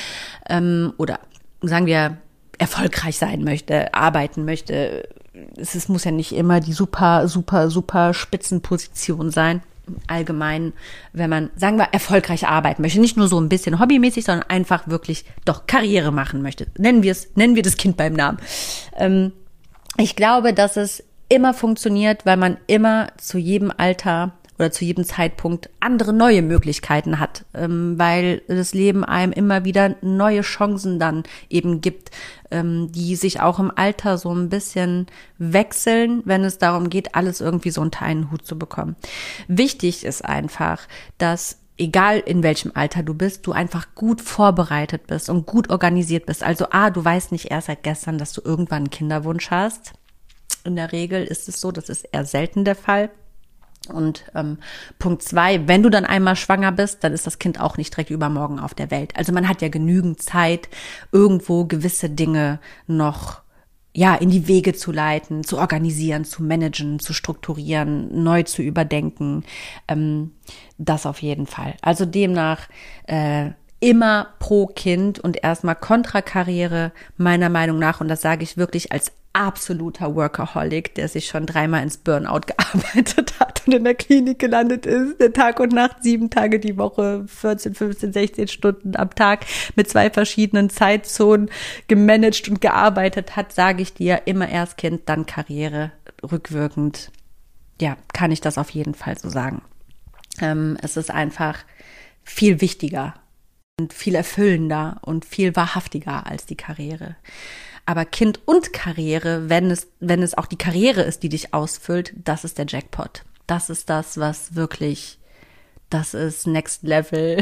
Ähm, oder sagen wir, erfolgreich sein möchte, arbeiten möchte. Es, es muss ja nicht immer die super, super, super Spitzenposition sein. Allgemein, wenn man, sagen wir, erfolgreich arbeiten möchte, nicht nur so ein bisschen hobbymäßig, sondern einfach wirklich doch Karriere machen möchte. Nennen wir es, nennen wir das Kind beim Namen. Ähm, ich glaube, dass es immer funktioniert, weil man immer zu jedem Alter oder zu jedem Zeitpunkt andere neue Möglichkeiten hat, ähm, weil das Leben einem immer wieder neue Chancen dann eben gibt, ähm, die sich auch im Alter so ein bisschen wechseln, wenn es darum geht, alles irgendwie so unter einen Hut zu bekommen. Wichtig ist einfach, dass egal in welchem Alter du bist, du einfach gut vorbereitet bist und gut organisiert bist. Also A, du weißt nicht erst seit gestern, dass du irgendwann einen Kinderwunsch hast. In der Regel ist es so, das ist eher selten der Fall. Und ähm, Punkt zwei, wenn du dann einmal schwanger bist, dann ist das Kind auch nicht direkt übermorgen auf der Welt. Also man hat ja genügend Zeit, irgendwo gewisse Dinge noch ja, in die Wege zu leiten, zu organisieren, zu managen, zu strukturieren, neu zu überdenken. Ähm, das auf jeden Fall. Also demnach äh, immer pro Kind und erstmal kontra Karriere, meiner Meinung nach. Und das sage ich wirklich als absoluter Workaholic, der sich schon dreimal ins Burnout gearbeitet hat und in der Klinik gelandet ist, der Tag und Nacht, sieben Tage die Woche, vierzehn, fünfzehn, sechzehn Stunden am Tag mit zwei verschiedenen Zeitzonen gemanagt und gearbeitet hat, sage ich dir, immer erst Kind, dann Karriere, rückwirkend. Ja, kann ich das auf jeden Fall so sagen. Ähm, es ist einfach viel wichtiger und viel erfüllender und viel wahrhaftiger als die Karriere. Aber Kind und Karriere, wenn es, wenn es auch die Karriere ist, die dich ausfüllt, das ist der Jackpot. Das ist das, was wirklich, das ist Next Level,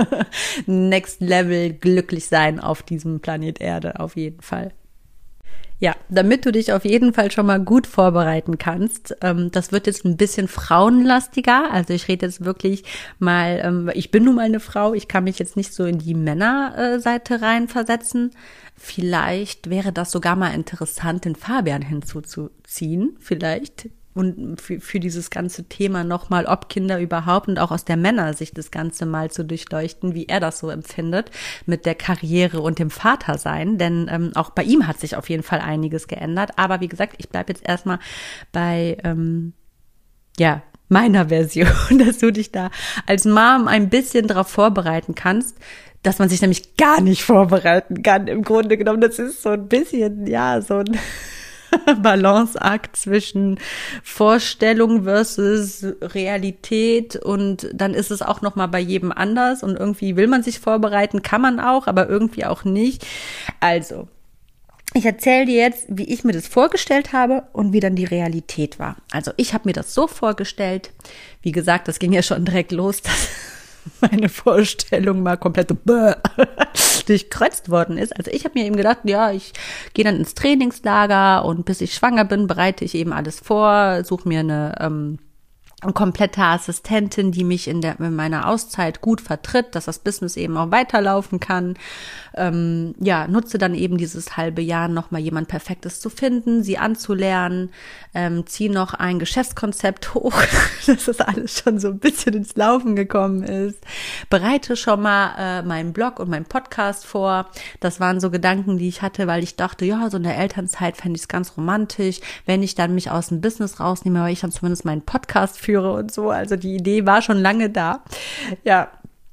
Next Level glücklich sein auf diesem Planet Erde, auf jeden Fall. Ja, damit du dich auf jeden Fall schon mal gut vorbereiten kannst. Ähm, das wird jetzt ein bisschen frauenlastiger. Also ich rede jetzt wirklich mal, ähm, ich bin nun mal eine Frau, ich kann mich jetzt nicht so in die Männerseite reinversetzen. Vielleicht wäre das sogar mal interessant, den Fabian hinzuzuziehen, vielleicht. Und für, für dieses ganze Thema nochmal, ob Kinder überhaupt und auch aus der Männersicht das Ganze mal zu durchleuchten, wie er das so empfindet mit der Karriere und dem Vatersein. Denn ähm, auch bei ihm hat sich auf jeden Fall einiges geändert. Aber wie gesagt, ich bleibe jetzt erstmal bei, ähm, ja, meiner Version, dass du dich da als Mom ein bisschen darauf vorbereiten kannst, dass man sich nämlich gar nicht vorbereiten kann. Im Grunde genommen, das ist so ein bisschen, ja, so ein Balanceakt zwischen Vorstellung versus Realität, und dann ist es auch noch mal bei jedem anders und irgendwie will man sich vorbereiten, kann man auch, aber irgendwie auch nicht. Also, ich erzähle dir jetzt, wie ich mir das vorgestellt habe und wie dann die Realität war. Also, ich habe mir das so vorgestellt, wie gesagt, das ging ja schon direkt los, dass meine Vorstellung mal komplett durchkreuzt worden ist. Also ich habe mir eben gedacht, ja, ich gehe dann ins Trainingslager und bis ich schwanger bin, bereite ich eben alles vor, suche mir eine ähm, eine komplette Assistentin, die mich in, der, in meiner Auszeit gut vertritt, dass das Business eben auch weiterlaufen kann. Ähm, ja, nutze dann eben dieses halbe Jahr nochmal jemand Perfektes zu finden, sie anzulernen, ähm, ziehe noch ein Geschäftskonzept hoch, dass das alles schon so ein bisschen ins Laufen gekommen ist. Bereite schon mal äh, meinen Blog und meinen Podcast vor. Das waren so Gedanken, die ich hatte, weil ich dachte, ja, so in der Elternzeit fände ich es ganz romantisch, wenn ich dann mich aus dem Business rausnehme, weil ich dann zumindest meinen Podcast führe und so. Also die Idee war schon lange da. Ja.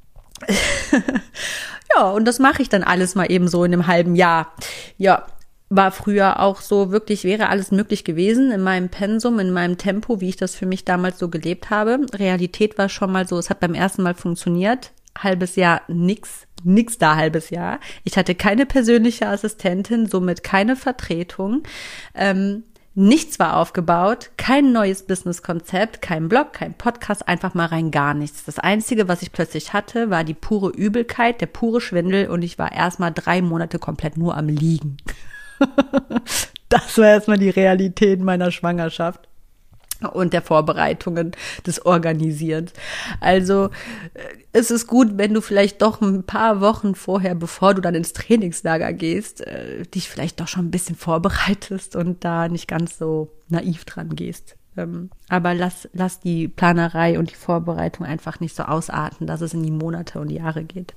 Ja, und das mache ich dann alles mal eben so in einem halben Jahr. Ja, war früher auch so, wirklich wäre alles möglich gewesen in meinem Pensum, in meinem Tempo, wie ich das für mich damals so gelebt habe. Realität war schon mal so, es hat beim ersten Mal funktioniert. Halbes Jahr nix, nix da halbes Jahr. Ich hatte keine persönliche Assistentin, somit keine Vertretung. Ähm, Nichts war aufgebaut, kein neues Businesskonzept, kein Blog, kein Podcast, einfach mal rein gar nichts. Das Einzige, was ich plötzlich hatte, war die pure Übelkeit, der pure Schwindel, und ich war erstmal drei Monate komplett nur am Liegen. Das war erstmal die Realität meiner Schwangerschaft und der Vorbereitungen, des Organisierens. Also es ist gut, wenn du vielleicht doch ein paar Wochen vorher, bevor du dann ins Trainingslager gehst, äh, dich vielleicht doch schon ein bisschen vorbereitest und da nicht ganz so naiv dran gehst. Ähm, aber lass, lass die Planerei und die Vorbereitung einfach nicht so ausarten, dass es in die Monate und Jahre geht.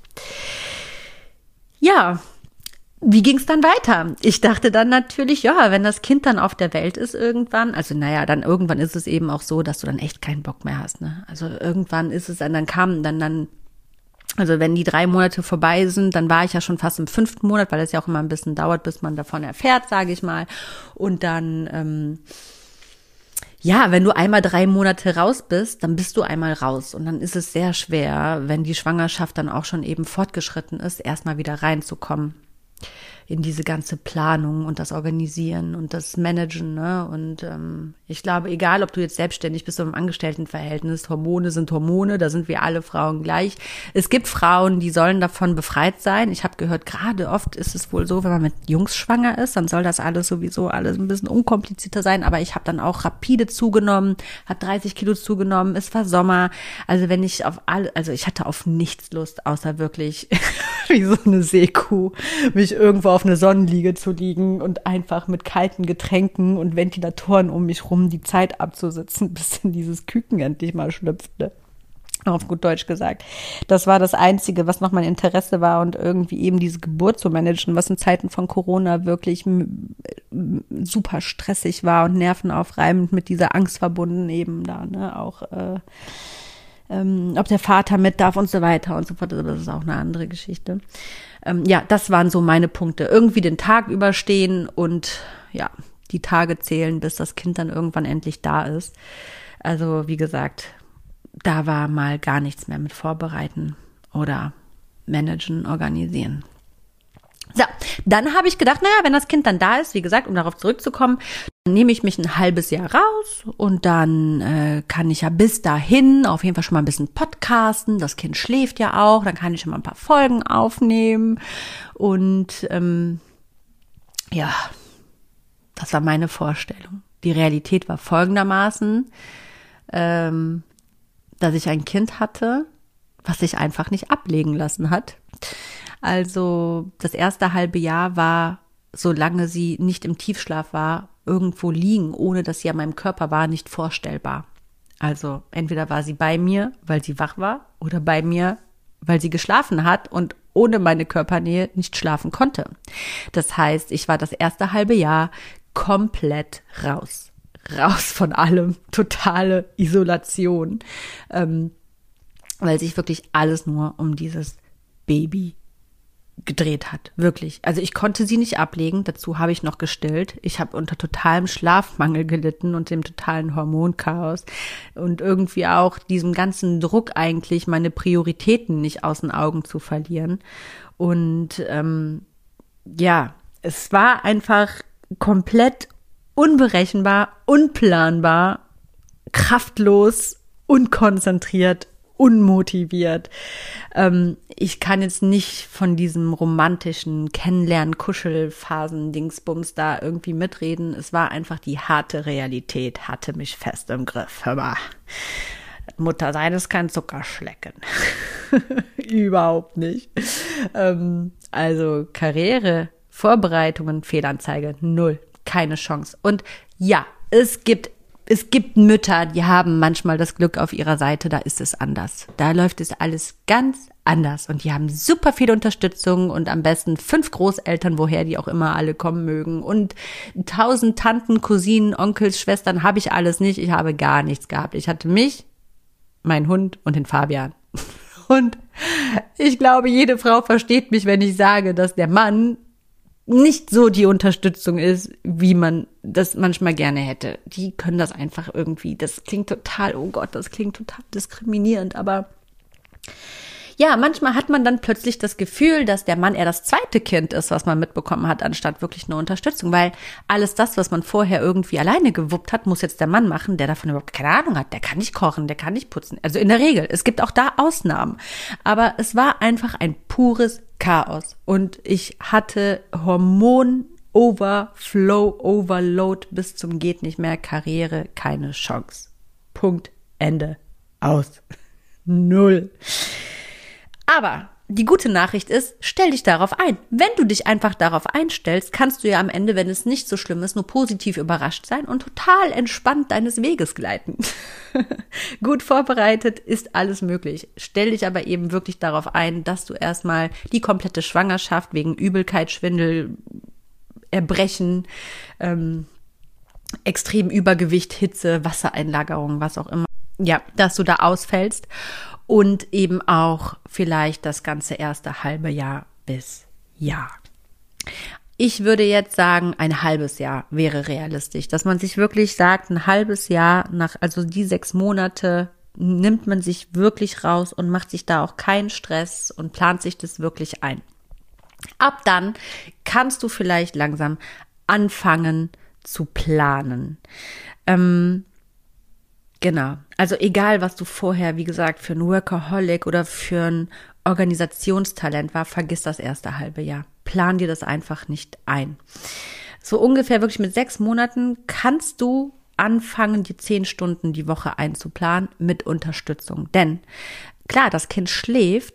Ja, wie ging es dann weiter? Ich dachte dann natürlich, ja, wenn das Kind dann auf der Welt ist irgendwann, also naja, dann irgendwann ist es eben auch so, dass du dann echt keinen Bock mehr hast, ne? Also irgendwann ist es, dann kam dann, dann, also wenn die drei Monate vorbei sind, dann war ich ja schon fast im fünften Monat, weil es ja auch immer ein bisschen dauert, bis man davon erfährt, sage ich mal. Und dann, ähm, ja, wenn du einmal drei Monate raus bist, dann bist du einmal raus. Und dann ist es sehr schwer, wenn die Schwangerschaft dann auch schon eben fortgeschritten ist, erstmal wieder reinzukommen in diese ganze Planung und das Organisieren und das Managen, ne? Und ähm, ich glaube, egal, ob du jetzt selbstständig bist oder im Angestelltenverhältnis, Hormone sind Hormone, da sind wir alle Frauen gleich. Es gibt Frauen, die sollen davon befreit sein. Ich habe gehört, gerade oft ist es wohl so, wenn man mit Jungs schwanger ist, dann soll das alles sowieso alles ein bisschen unkomplizierter sein. Aber ich habe dann auch rapide zugenommen, habe dreißig Kilo zugenommen, es war Sommer. Also wenn ich auf alle, also ich hatte auf nichts Lust, außer wirklich wie so eine Seekuh, mich irgendwo auf eine Sonnenliege zu liegen und einfach mit kalten Getränken und Ventilatoren um mich rum die Zeit abzusitzen, bis dann dieses Küken endlich mal schlüpfte. Auf gut Deutsch gesagt. Das war das Einzige, was noch mein Interesse war und irgendwie eben diese Geburt zu managen, was in Zeiten von Corona wirklich m- m- super stressig war und nervenaufreibend, mit dieser Angst verbunden eben da, ne, auch äh, ähm, ob der Vater mit darf und so weiter und so fort. Das ist auch eine andere Geschichte. Ähm, ja, das waren so meine Punkte. Irgendwie den Tag überstehen und ja, die Tage zählen, bis das Kind dann irgendwann endlich da ist. Also wie gesagt, da war mal gar nichts mehr mit vorbereiten oder managen, organisieren. So, dann habe ich gedacht, naja, wenn das Kind dann da ist, wie gesagt, um darauf zurückzukommen, dann nehme ich mich ein halbes Jahr raus und dann äh, kann ich ja bis dahin auf jeden Fall schon mal ein bisschen podcasten. Das Kind schläft ja auch, dann kann ich schon mal ein paar Folgen aufnehmen und ähm, ja, das war meine Vorstellung. Die Realität war folgendermaßen, ähm, dass ich ein Kind hatte, was sich einfach nicht ablegen lassen hat. Also das erste halbe Jahr war, solange sie nicht im Tiefschlaf war, irgendwo liegen, ohne dass sie an meinem Körper war, nicht vorstellbar. Also entweder war sie bei mir, weil sie wach war, oder bei mir, weil sie geschlafen hat und ohne meine Körpernähe nicht schlafen konnte. Das heißt, ich war das erste halbe Jahr komplett raus. Raus von allem, totale Isolation, ähm, weil sich wirklich alles nur um dieses Baby gedreht hat, wirklich. Also ich konnte sie nicht ablegen, dazu habe ich noch gestillt. Ich habe unter totalem Schlafmangel gelitten und dem totalen Hormonchaos und irgendwie auch diesem ganzen Druck eigentlich, meine Prioritäten nicht aus den Augen zu verlieren. Und ähm, ja, es war einfach komplett unberechenbar, unplanbar, kraftlos, unkonzentriert, unmotiviert. Ähm, ich kann jetzt nicht von diesem romantischen Kennenlernen, Kuschelphasen, Dingsbums da irgendwie mitreden. Es war einfach die harte Realität, hatte mich fest im Griff. Hör mal, Mutter sein ist kein Zuckerschlecken. Überhaupt nicht. Ähm, also Karriere, Vorbereitungen, Fehlanzeige, null. Keine Chance. Und ja, es gibt, es gibt Mütter, die haben manchmal das Glück auf ihrer Seite, da ist es anders. Da läuft es alles ganz anders und die haben super viel Unterstützung und am besten fünf Großeltern, woher die auch immer alle kommen mögen und tausend Tanten, Cousinen, Onkels, Schwestern habe ich alles nicht. Ich habe gar nichts gehabt. Ich hatte mich, meinen Hund und den Fabian. Und ich glaube, jede Frau versteht mich, wenn ich sage, dass der Mann nicht so die Unterstützung ist, wie man das manchmal gerne hätte. Die können das einfach irgendwie, das klingt total, oh Gott, das klingt total diskriminierend, aber ja, manchmal hat man dann plötzlich das Gefühl, dass der Mann eher das zweite Kind ist, was man mitbekommen hat, anstatt wirklich eine Unterstützung, weil alles das, was man vorher irgendwie alleine gewuppt hat, muss jetzt der Mann machen, der davon überhaupt keine Ahnung hat. Der kann nicht kochen, der kann nicht putzen. Also in der Regel. Es gibt auch da Ausnahmen. Aber es war einfach ein pures Chaos. Und ich hatte Hormon Overflow, Overload bis zum geht nicht mehr. Karriere, keine Chance. Punkt, Ende, aus. Null. Aber die gute Nachricht ist, stell dich darauf ein. Wenn du dich einfach darauf einstellst, kannst du ja am Ende, wenn es nicht so schlimm ist, nur positiv überrascht sein und total entspannt deines Weges gleiten. Gut vorbereitet ist alles möglich. Stell dich aber eben wirklich darauf ein, dass du erstmal die komplette Schwangerschaft wegen Übelkeit, Schwindel, Erbrechen, ähm, extrem Übergewicht, Hitze, Wassereinlagerung, was auch immer, ja, dass du da ausfällst. Und eben auch vielleicht das ganze erste halbe Jahr bis Jahr. Ich würde jetzt sagen, ein halbes Jahr wäre realistisch, dass man sich wirklich sagt, ein halbes Jahr nach, also die sechs Monate nimmt man sich wirklich raus und macht sich da auch keinen Stress und plant sich das wirklich ein. Ab dann kannst du vielleicht langsam anfangen zu planen. Ähm, Genau, also egal, was du vorher, wie gesagt, für ein Workaholic oder für ein Organisationstalent war, vergiss das erste halbe Jahr. Plan dir das einfach nicht ein. So ungefähr wirklich mit sechs Monaten kannst du anfangen, die zehn Stunden die Woche einzuplanen mit Unterstützung. Denn klar, das Kind schläft,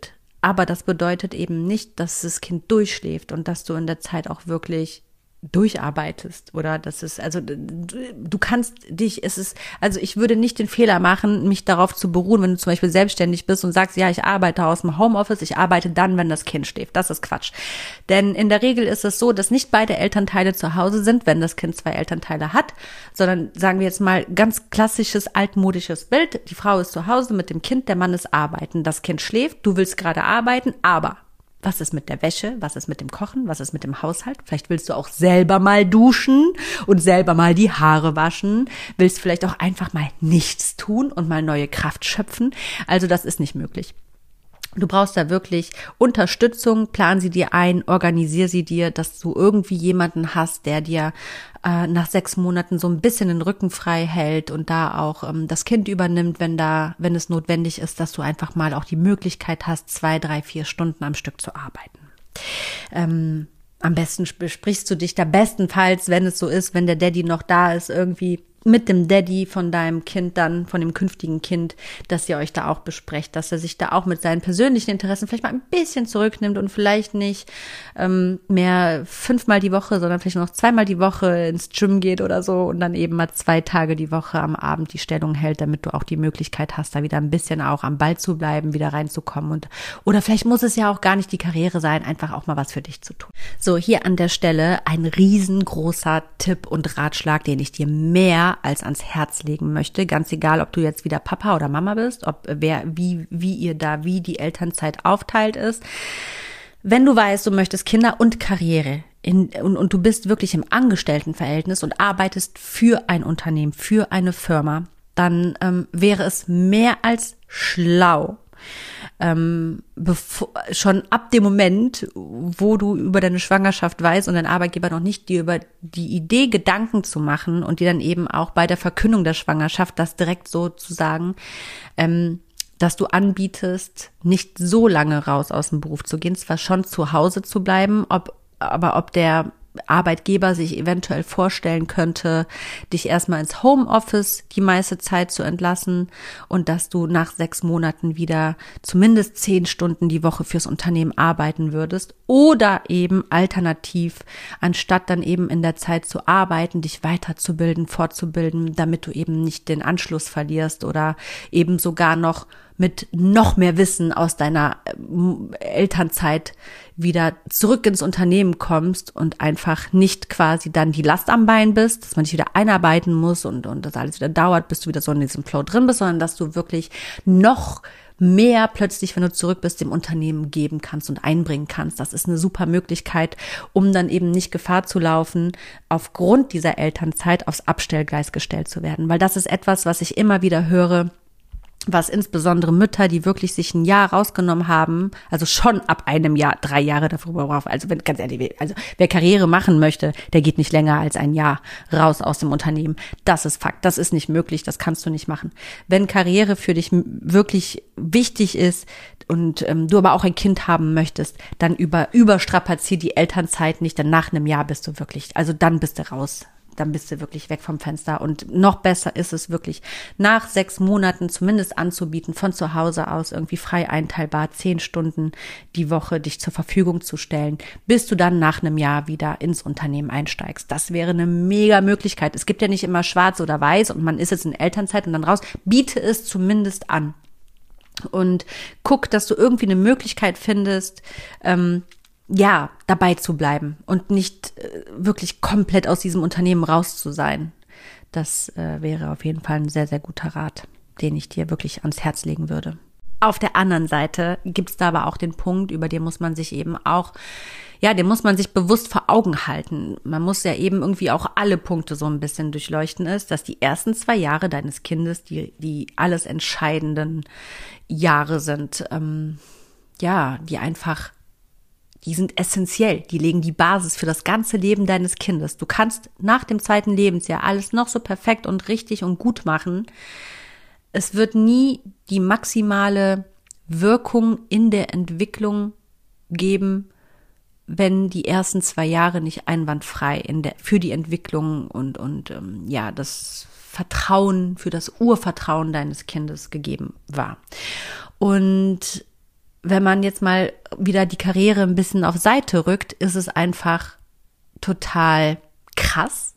Aber das bedeutet eben nicht, dass das Kind durchschläft und dass du in der Zeit auch wirklich durcharbeitest oder das ist, also du kannst dich, es ist, also ich würde nicht den Fehler machen, mich darauf zu beruhen, wenn du zum Beispiel selbstständig bist und sagst, ja, ich arbeite aus dem Homeoffice, ich arbeite dann, wenn das Kind schläft. Das ist Quatsch. Denn in der Regel ist es so, dass nicht beide Elternteile zu Hause sind, wenn das Kind zwei Elternteile hat, sondern sagen wir jetzt mal ganz klassisches, altmodisches Bild. Die Frau ist zu Hause mit dem Kind, der Mann ist arbeiten, das Kind schläft, du willst gerade arbeiten, aber was ist mit der Wäsche? Was ist mit dem Kochen? Was ist mit dem Haushalt? Vielleicht willst du auch selber mal duschen und selber mal die Haare waschen. Willst vielleicht auch einfach mal nichts tun und mal neue Kraft schöpfen. Also das ist nicht möglich. Du brauchst da wirklich Unterstützung, plan sie dir ein, organisier sie dir, dass du irgendwie jemanden hast, der dir äh, nach sechs Monaten so ein bisschen den Rücken frei hält und da auch ähm, das Kind übernimmt, wenn da, wenn es notwendig ist, dass du einfach mal auch die Möglichkeit hast, zwei, drei, vier Stunden am Stück zu arbeiten. Ähm, am besten besprichst du dich da bestenfalls, wenn es so ist, wenn der Daddy noch da ist, irgendwie mit dem Daddy von deinem Kind dann, von dem künftigen Kind, dass ihr euch da auch besprecht, dass er sich da auch mit seinen persönlichen Interessen vielleicht mal ein bisschen zurücknimmt und vielleicht nicht ähm, mehr fünfmal die Woche, sondern vielleicht nur noch zweimal die Woche ins Gym geht oder so und dann eben mal zwei Tage die Woche am Abend die Stellung hält, damit du auch die Möglichkeit hast, da wieder ein bisschen auch am Ball zu bleiben, wieder reinzukommen und oder vielleicht muss es ja auch gar nicht die Karriere sein, einfach auch mal was für dich zu tun. So, hier an der Stelle ein riesengroßer Tipp und Ratschlag, den ich dir mehr als ans Herz legen möchte, ganz egal, ob du jetzt wieder Papa oder Mama bist, ob wer, wie, wie ihr da, wie die Elternzeit aufteilt ist. Wenn du weißt, du möchtest Kinder und Karriere in, und, und du bist wirklich im Angestelltenverhältnis und arbeitest für ein Unternehmen, für eine Firma, dann ähm, wäre es mehr als schlau, Ähm, bevor, schon ab dem Moment, wo du über deine Schwangerschaft weißt und dein Arbeitgeber noch nicht, dir über die Idee Gedanken zu machen und dir dann eben auch bei der Verkündung der Schwangerschaft das direkt so zu sagen, ähm, dass du anbietest, nicht so lange raus aus dem Beruf zu gehen, zwar schon zu Hause zu bleiben, ob, aber ob der Arbeitgeber sich eventuell vorstellen könnte, dich erstmal ins Homeoffice die meiste Zeit zu entlassen und dass du nach sechs Monaten wieder zumindest zehn Stunden die Woche fürs Unternehmen arbeiten würdest oder eben alternativ, anstatt dann eben in der Zeit zu arbeiten, dich weiterzubilden, fortzubilden, damit du eben nicht den Anschluss verlierst oder eben sogar noch mit noch mehr Wissen aus deiner Elternzeit wieder zurück ins Unternehmen kommst und einfach nicht quasi dann die Last am Bein bist, dass man dich wieder einarbeiten muss und, und das alles wieder dauert, bis du wieder so in diesem Flow drin bist, sondern dass du wirklich noch mehr plötzlich, wenn du zurück bist, dem Unternehmen geben kannst und einbringen kannst. Das ist eine super Möglichkeit, um dann eben nicht Gefahr zu laufen, aufgrund dieser Elternzeit aufs Abstellgleis gestellt zu werden. Weil das ist etwas, was ich immer wieder höre, was insbesondere Mütter, die wirklich sich ein Jahr rausgenommen haben, also schon ab einem Jahr, drei Jahre darüber brauchen. Also wenn, ganz ehrlich, also wer Karriere machen möchte, der geht nicht länger als ein Jahr raus aus dem Unternehmen. Das ist Fakt, das ist nicht möglich, das kannst du nicht machen. Wenn Karriere für dich wirklich wichtig ist und ähm, du aber auch ein Kind haben möchtest, dann über überstrapazier die Elternzeit nicht, denn nach einem Jahr bist du wirklich, also dann bist du raus. Dann bist du wirklich weg vom Fenster. Und noch besser ist es wirklich, nach sechs Monaten zumindest anzubieten, von zu Hause aus irgendwie frei einteilbar, zehn Stunden die Woche dich zur Verfügung zu stellen, bis du dann nach einem Jahr wieder ins Unternehmen einsteigst. Das wäre eine mega Möglichkeit. Es gibt ja nicht immer schwarz oder weiß und man ist jetzt in Elternzeit und dann raus. Biete es zumindest an. Und guck, dass du irgendwie eine Möglichkeit findest, ähm, ja, dabei zu bleiben und nicht äh, wirklich komplett aus diesem Unternehmen raus zu sein. Das äh, wäre auf jeden Fall ein sehr, sehr guter Rat, den ich dir wirklich ans Herz legen würde. Auf der anderen Seite gibt es da aber auch den Punkt, über den muss man sich eben auch, ja, den muss man sich bewusst vor Augen halten. Man muss ja eben irgendwie auch alle Punkte so ein bisschen durchleuchten, ist, dass die ersten zwei Jahre deines Kindes die, die alles entscheidenden Jahre sind, ähm, ja, die einfach Die sind essentiell, die legen die Basis für das ganze Leben deines Kindes. Du kannst nach dem zweiten Lebensjahr alles noch so perfekt und richtig und gut machen. Es wird nie die maximale Wirkung in der Entwicklung geben, wenn die ersten zwei Jahre nicht einwandfrei in der, für die Entwicklung und, und ähm, ja, das Vertrauen, für das Urvertrauen deines Kindes gegeben war. Und wenn man jetzt mal wieder die Karriere ein bisschen auf Seite rückt, ist es einfach total krass.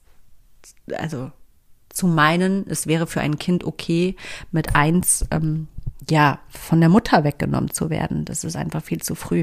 Also zu meinen, es wäre für ein Kind okay, mit eins ähm, ja von der Mutter weggenommen zu werden. Das ist einfach viel zu früh.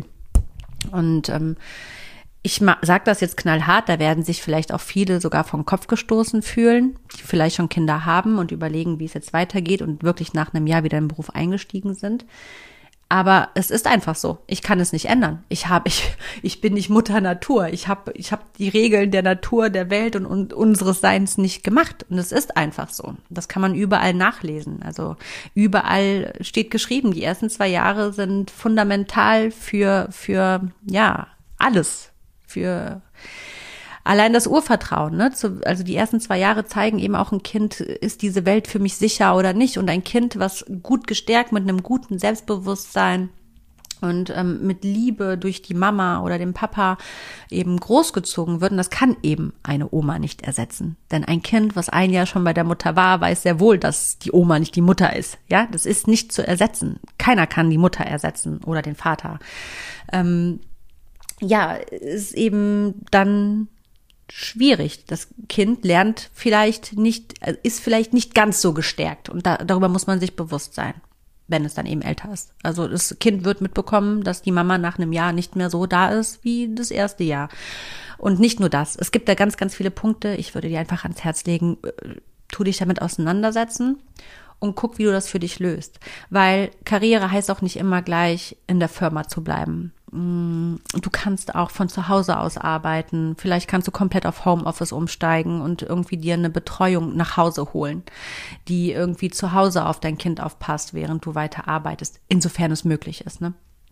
Und ähm, ich sage das jetzt knallhart, da werden sich vielleicht auch viele sogar vom Kopf gestoßen fühlen, die vielleicht schon Kinder haben und überlegen, wie es jetzt weitergeht und wirklich nach einem Jahr wieder im Beruf eingestiegen sind. Aber es ist einfach so. Ich kann es nicht ändern. Ich habe, ich, ich bin nicht Mutter Natur. Ich habe, ich habe die Regeln der Natur, der Welt und, und unseres Seins nicht gemacht. Und es ist einfach so. Das kann man überall nachlesen. Also überall steht geschrieben. Die ersten zwei Jahre sind fundamental für, für, ja, alles. Für allein das Urvertrauen, ne? Also die ersten zwei Jahre zeigen eben auch ein Kind, ist diese Welt für mich sicher oder nicht? Und ein Kind, was gut gestärkt mit einem guten Selbstbewusstsein und ähm, mit Liebe durch die Mama oder den Papa eben großgezogen wird, und das kann eben eine Oma nicht ersetzen. Denn ein Kind, was ein Jahr schon bei der Mutter war, weiß sehr wohl, dass die Oma nicht die Mutter ist. Ja, das ist nicht zu ersetzen. Keiner kann die Mutter ersetzen oder den Vater. Ähm, ja, ist eben dann schwierig. Das Kind lernt vielleicht nicht, ist vielleicht nicht ganz so gestärkt, und da, darüber muss man sich bewusst sein, wenn es dann eben älter ist. Also das Kind wird mitbekommen, dass die Mama nach einem Jahr nicht mehr so da ist wie das erste Jahr. Und nicht nur das. Es gibt da ganz, ganz viele Punkte. Ich würde dir einfach ans Herz legen, tu dich damit auseinandersetzen und guck, wie du das für dich löst. Weil Karriere heißt auch nicht immer gleich, in der Firma zu bleiben. Du kannst auch von zu Hause aus arbeiten. Vielleicht kannst du komplett auf Homeoffice umsteigen und irgendwie dir eine Betreuung nach Hause holen, die irgendwie zu Hause auf dein Kind aufpasst, während du weiter arbeitest, insofern es möglich ist, ne?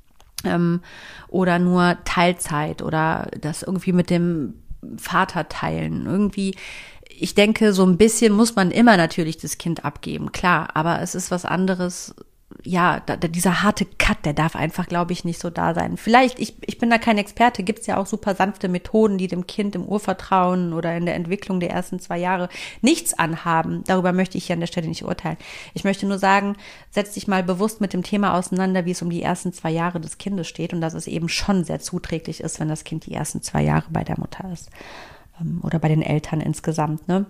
Ähm, oder nur Teilzeit oder das irgendwie mit dem Vater teilen. Irgendwie, ich denke, so ein bisschen muss man immer natürlich das Kind abgeben, klar, aber es ist was anderes. Ja, da, da, dieser harte Cut, der darf einfach, glaube ich, nicht so da sein. Vielleicht, ich, ich bin da kein Experte, gibt es ja auch super sanfte Methoden, die dem Kind im Urvertrauen oder in der Entwicklung der ersten zwei Jahre nichts anhaben. Darüber möchte ich hier an der Stelle nicht urteilen. Ich möchte nur sagen, setz dich mal bewusst mit dem Thema auseinander, wie es um die ersten zwei Jahre des Kindes steht, und dass es eben schon sehr zuträglich ist, wenn das Kind die ersten zwei Jahre bei der Mutter ist. Ähm, oder bei den Eltern insgesamt, ne?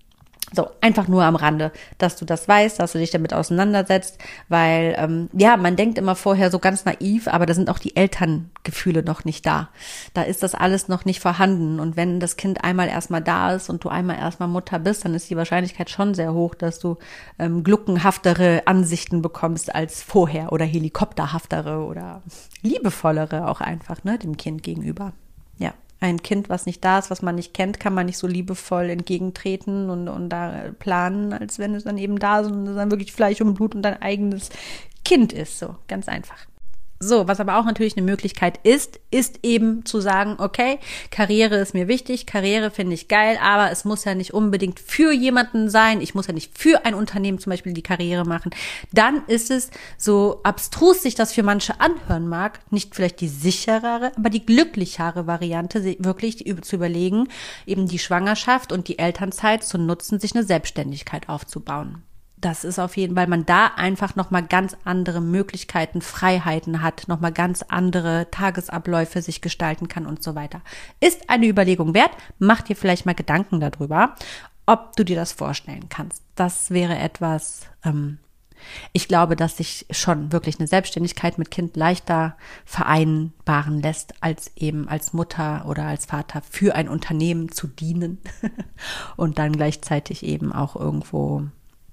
So, einfach nur am Rande, dass du das weißt, dass du dich damit auseinandersetzt, weil, ähm, ja, man denkt immer vorher so ganz naiv, aber da sind auch die Elterngefühle noch nicht da. Da ist das alles noch nicht vorhanden, und wenn das Kind einmal erstmal da ist und du einmal erstmal Mutter bist, dann ist die Wahrscheinlichkeit schon sehr hoch, dass du ähm, gluckenhaftere Ansichten bekommst als vorher oder helikopterhaftere oder liebevollere auch einfach, ne, dem Kind gegenüber. Ja. Ein Kind, was nicht da ist, was man nicht kennt, kann man nicht so liebevoll entgegentreten und, und da planen, als wenn es dann eben da ist und es dann wirklich Fleisch und Blut und dein eigenes Kind ist. So, ganz einfach. So, was aber auch natürlich eine Möglichkeit ist, ist eben zu sagen, okay, Karriere ist mir wichtig, Karriere finde ich geil, aber es muss ja nicht unbedingt für jemanden sein, ich muss ja nicht für ein Unternehmen zum Beispiel die Karriere machen. Dann ist es, so abstrus sich das für manche anhören mag, nicht vielleicht die sicherere, aber die glücklichere Variante, wirklich zu überlegen, eben die Schwangerschaft und die Elternzeit zu nutzen, sich eine Selbstständigkeit aufzubauen. Das ist auf jeden Fall, weil man da einfach nochmal ganz andere Möglichkeiten, Freiheiten hat, nochmal ganz andere Tagesabläufe sich gestalten kann und so weiter. Ist eine Überlegung wert. Mach dir vielleicht mal Gedanken darüber, ob du dir das vorstellen kannst. Das wäre etwas, ähm, ich glaube, dass sich schon wirklich eine Selbstständigkeit mit Kind leichter vereinbaren lässt, als eben als Mutter oder als Vater für ein Unternehmen zu dienen und dann gleichzeitig eben auch irgendwo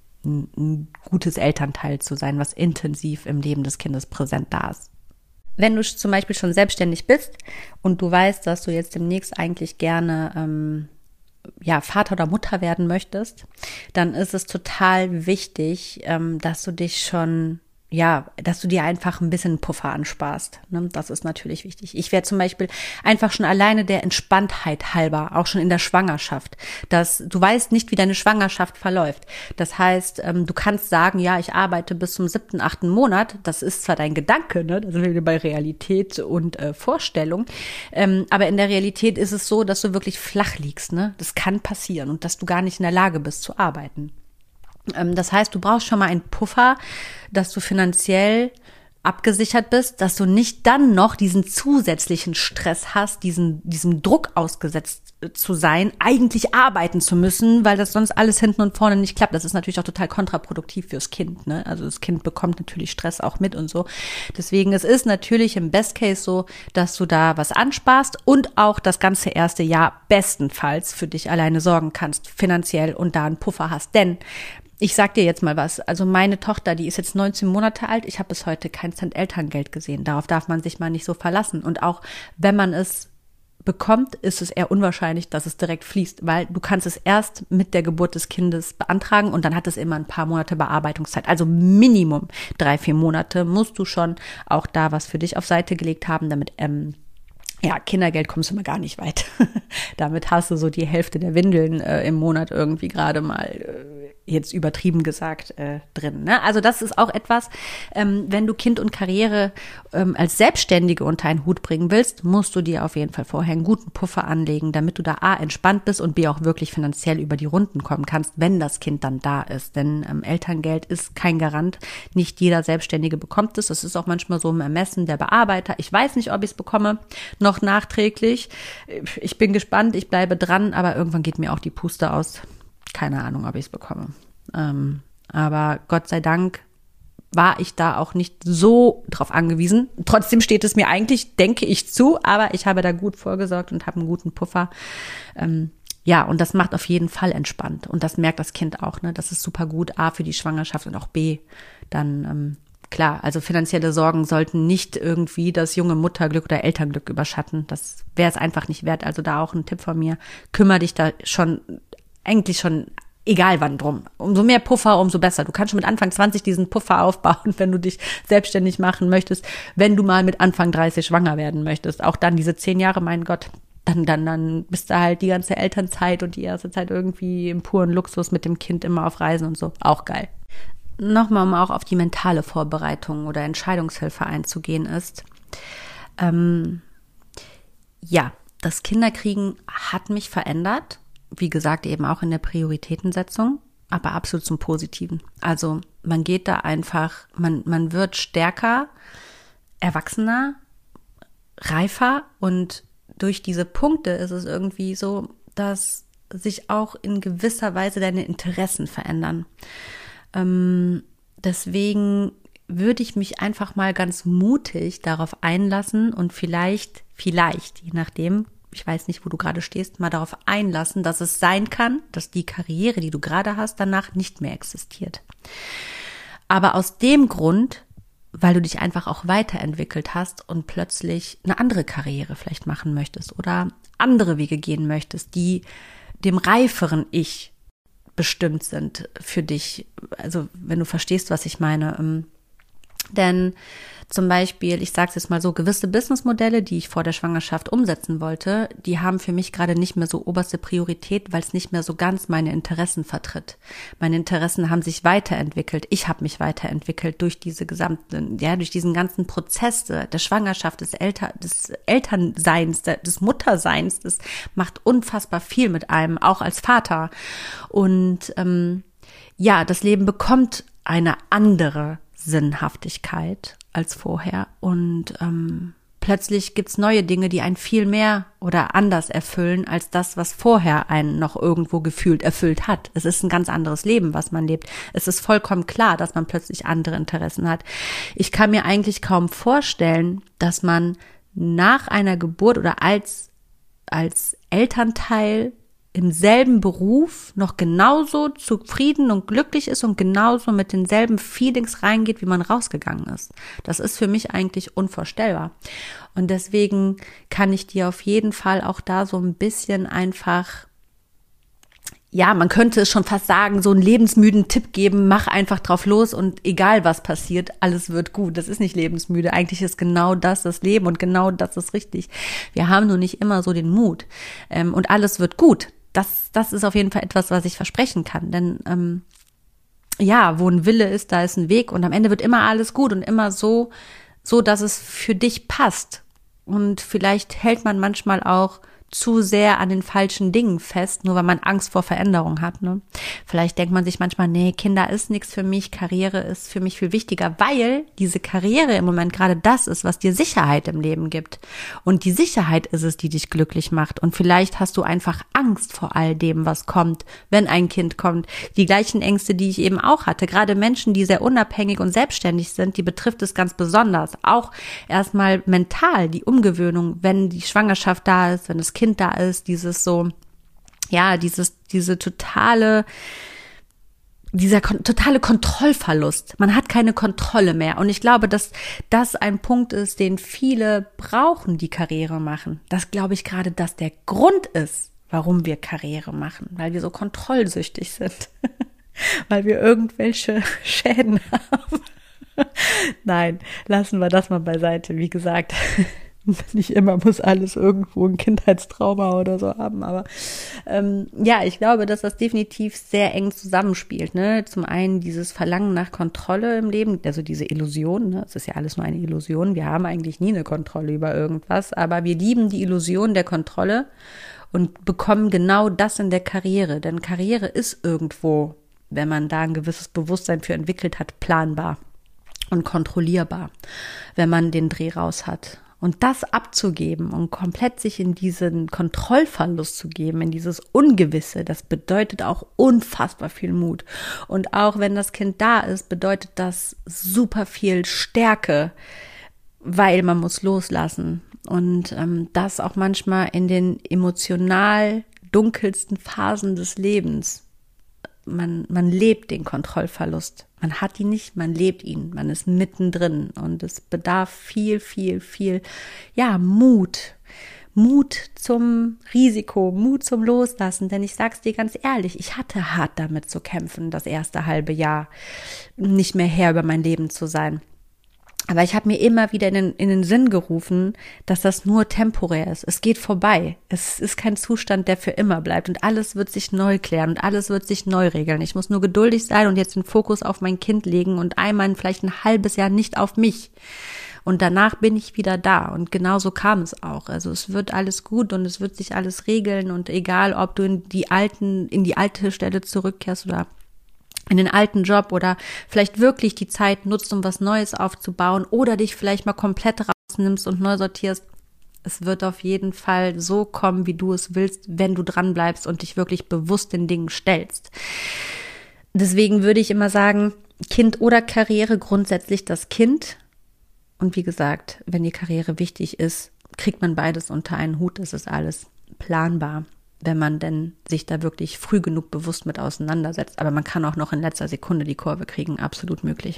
ein gutes Elternteil zu sein, was intensiv im Leben des Kindes präsent da ist. Wenn du zum Beispiel schon selbstständig bist und du weißt, dass du jetzt demnächst eigentlich gerne ähm, ja, Vater oder Mutter werden möchtest, dann ist es total wichtig, ähm, dass du dich schon ja, dass du dir einfach ein bisschen Puffer ansparst. Ne? Das ist natürlich wichtig. Ich wäre zum Beispiel einfach schon alleine der Entspanntheit halber, auch schon in der Schwangerschaft, dass du weißt nicht, wie deine Schwangerschaft verläuft. Das heißt, ähm, du kannst sagen, ja, ich arbeite bis zum siebten, achten Monat. Das ist zwar dein Gedanke, ne? Da sind wir wieder bei Realität und äh, Vorstellung. Ähm, aber in der Realität ist es so, dass du wirklich flach liegst. Ne? Das kann passieren und dass du gar nicht in der Lage bist zu arbeiten. Das heißt, du brauchst schon mal einen Puffer, dass du finanziell abgesichert bist, dass du nicht dann noch diesen zusätzlichen Stress hast, diesen, diesem Druck ausgesetzt zu sein, eigentlich arbeiten zu müssen, weil das sonst alles hinten und vorne nicht klappt. Das ist natürlich auch total kontraproduktiv fürs Kind, ne? Also das Kind bekommt natürlich Stress auch mit und so. Deswegen, es ist natürlich im Best Case so, dass du da was ansparst und auch das ganze erste Jahr bestenfalls für dich alleine sorgen kannst, finanziell, und da einen Puffer hast. Denn ich sag dir jetzt mal was, also meine Tochter, die ist jetzt neunzehn Monate alt, ich habe bis heute kein Cent Elterngeld gesehen. Darauf darf man sich mal nicht so verlassen. Und auch wenn man es bekommt, ist es eher unwahrscheinlich, dass es direkt fließt, weil du kannst es erst mit der Geburt des Kindes beantragen und dann hat es immer ein paar Monate Bearbeitungszeit. Also Minimum drei, vier Monate musst du schon auch da was für dich auf Seite gelegt haben, damit ähm, ja, Kindergeld kommst du mal gar nicht weit. Damit hast du so die Hälfte der Windeln äh, im Monat irgendwie gerade mal, äh, jetzt übertrieben gesagt, äh, drin. Ne? Also das ist auch etwas, ähm, wenn du Kind und Karriere ähm, als Selbstständige unter einen Hut bringen willst, musst du dir auf jeden Fall vorher einen guten Puffer anlegen, damit du da A, entspannt bist und B, auch wirklich finanziell über die Runden kommen kannst, wenn das Kind dann da ist. Denn ähm, Elterngeld ist kein Garant. Nicht jeder Selbstständige bekommt es. Das ist auch manchmal so im Ermessen der Bearbeiter. Ich weiß nicht, ob ich es bekomme, noch nachträglich. Ich bin gespannt, ich bleibe dran, aber irgendwann geht mir auch die Puste aus. Keine Ahnung, ob ich es bekomme. Ähm, aber Gott sei Dank war ich da auch nicht so drauf angewiesen. Trotzdem steht es mir eigentlich, denke ich, zu, aber ich habe da gut vorgesorgt und habe einen guten Puffer. Ähm, ja, und das macht auf jeden Fall entspannt. Und das merkt das Kind auch, ne? Das ist super gut, A, für die Schwangerschaft und auch B, dann ähm, klar, also finanzielle Sorgen sollten nicht irgendwie das junge Mutterglück oder Elternglück überschatten. Das wäre es einfach nicht wert. Also da auch ein Tipp von mir. Kümmere dich da schon, eigentlich schon, egal wann drum. Umso mehr Puffer, umso besser. Du kannst schon mit Anfang zwanzig diesen Puffer aufbauen, wenn du dich selbstständig machen möchtest. Wenn du mal mit Anfang dreißig schwanger werden möchtest. Auch dann diese zehn Jahre, mein Gott. Dann, dann, dann bist du halt die ganze Elternzeit und die erste Zeit irgendwie im puren Luxus mit dem Kind immer auf Reisen und so. Auch geil. Nochmal, um auch auf die mentale Vorbereitung oder Entscheidungshilfe einzugehen ist. Ähm, ja, das Kinderkriegen hat mich verändert. Wie gesagt, eben auch in der Prioritätensetzung, aber absolut zum Positiven. Also man geht da einfach, man, man wird stärker, erwachsener, reifer und durch diese Punkte ist es irgendwie so, dass sich auch in gewisser Weise deine Interessen verändern. Ähm, deswegen würde ich mich einfach mal ganz mutig darauf einlassen und vielleicht, vielleicht, je nachdem, ich weiß nicht, wo du gerade stehst, mal darauf einlassen, dass es sein kann, dass die Karriere, die du gerade hast, danach nicht mehr existiert. Aber aus dem Grund, weil du dich einfach auch weiterentwickelt hast und plötzlich eine andere Karriere vielleicht machen möchtest oder andere Wege gehen möchtest, die dem reiferen Ich bestimmt sind für dich. Also wenn du verstehst, was ich meine. Denn zum Beispiel, ich sage es jetzt mal so, gewisse Businessmodelle, die ich vor der Schwangerschaft umsetzen wollte, die haben für mich gerade nicht mehr so oberste Priorität, weil es nicht mehr so ganz meine Interessen vertritt. Meine Interessen haben sich weiterentwickelt. Ich habe mich weiterentwickelt durch diese gesamten, ja, durch diesen ganzen Prozess der Schwangerschaft, des, Elter, des Elternseins, des Mutterseins. Das macht unfassbar viel mit einem, auch als Vater. Und ähm, ja, das Leben bekommt eine andere Sinnhaftigkeit als vorher und ähm, plötzlich gibt's neue Dinge, die einen viel mehr oder anders erfüllen als das, was vorher einen noch irgendwo gefühlt erfüllt hat. Es ist ein ganz anderes Leben, was man lebt. Es ist vollkommen klar, dass man plötzlich andere Interessen hat. Ich kann mir eigentlich kaum vorstellen, dass man nach einer Geburt oder als als Elternteil im selben Beruf noch genauso zufrieden und glücklich ist und genauso mit denselben Feelings reingeht, wie man rausgegangen ist. Das ist für mich eigentlich unvorstellbar. Und deswegen kann ich dir auf jeden Fall auch da so ein bisschen einfach, ja, man könnte es schon fast sagen, so einen lebensmüden Tipp geben, mach einfach drauf los und egal was passiert, alles wird gut. Das ist nicht lebensmüde. Eigentlich ist genau das das Leben und genau das ist richtig. Wir haben nur nicht immer so den Mut. Und alles wird gut. Das, das ist auf jeden Fall etwas, was ich versprechen kann. Denn ähm, ja, wo ein Wille ist, da ist ein Weg. Und am Ende wird immer alles gut und immer so, so, dass es für dich passt. Und vielleicht hält man manchmal auch zu sehr an den falschen Dingen fest, nur weil man Angst vor Veränderung hat. Ne? Vielleicht denkt man sich manchmal, nee, Kinder ist nichts für mich, Karriere ist für mich viel wichtiger, weil diese Karriere im Moment gerade das ist, was dir Sicherheit im Leben gibt. Und die Sicherheit ist es, die dich glücklich macht. Und vielleicht hast du einfach Angst vor all dem, was kommt, wenn ein Kind kommt. Die gleichen Ängste, die ich eben auch hatte. Gerade Menschen, die sehr unabhängig und selbstständig sind, die betrifft es ganz besonders. Auch erstmal mental die Umgewöhnung, wenn die Schwangerschaft da ist, wenn das Kind da ist, dieses so, ja, dieses, diese totale, dieser kon- totale Kontrollverlust. Man hat keine Kontrolle mehr. Und ich glaube, dass das ein Punkt ist, den viele brauchen, die Karriere machen. Das glaube ich gerade, dass der Grund ist, warum wir Karriere machen, weil wir so kontrollsüchtig sind, weil wir irgendwelche Schäden haben. Nein, lassen wir das mal beiseite. Wie gesagt, nicht immer muss alles irgendwo ein Kindheitstrauma oder so haben, aber ähm, ja, ich glaube, dass das definitiv sehr eng zusammenspielt. Ne? Zum einen dieses Verlangen nach Kontrolle im Leben, also diese Illusion, ne? Es ist ja alles nur eine Illusion, wir haben eigentlich nie eine Kontrolle über irgendwas, aber wir lieben die Illusion der Kontrolle und bekommen genau das in der Karriere, denn Karriere ist irgendwo, wenn man da ein gewisses Bewusstsein für entwickelt hat, planbar und kontrollierbar, wenn man den Dreh raus hat. Und das abzugeben und komplett sich in diesen Kontrollverlust zu geben, in dieses Ungewisse, das bedeutet auch unfassbar viel Mut. Und auch wenn das Kind da ist, bedeutet das super viel Stärke, weil man muss loslassen. Und ähm, das auch manchmal in den emotional dunkelsten Phasen des Lebens. Man, man lebt den Kontrollverlust. Man hat ihn nicht, man lebt ihn. Man ist mittendrin und es bedarf viel, viel, viel, ja, Mut. Mut zum Risiko, Mut zum Loslassen. Denn ich sag's dir ganz ehrlich, ich hatte hart damit zu kämpfen, das erste halbe Jahr nicht mehr Herr über mein Leben zu sein. Aber ich habe mir immer wieder in den, in den Sinn gerufen, dass das nur temporär ist. Es geht vorbei. Es ist kein Zustand, der für immer bleibt. Und alles wird sich neu klären und alles wird sich neu regeln. Ich muss nur geduldig sein und jetzt den Fokus auf mein Kind legen und einmal vielleicht ein halbes Jahr nicht auf mich. Und danach bin ich wieder da. Und genauso kam es auch. Also es wird alles gut und es wird sich alles regeln. Und egal, ob du in die alten, in die alte Stelle zurückkehrst oder in den alten Job oder vielleicht wirklich die Zeit nutzt, um was Neues aufzubauen oder dich vielleicht mal komplett rausnimmst und neu sortierst. Es wird auf jeden Fall so kommen, wie du es willst, wenn du dran bleibst und dich wirklich bewusst den Dingen stellst. Deswegen würde ich immer sagen, Kind oder Karriere, grundsätzlich das Kind. Und wie gesagt, wenn die Karriere wichtig ist, kriegt man beides unter einen Hut. Das ist alles planbar, wenn man denn sich da wirklich früh genug bewusst mit auseinandersetzt. Aber man kann auch noch in letzter Sekunde die Kurve kriegen, absolut möglich.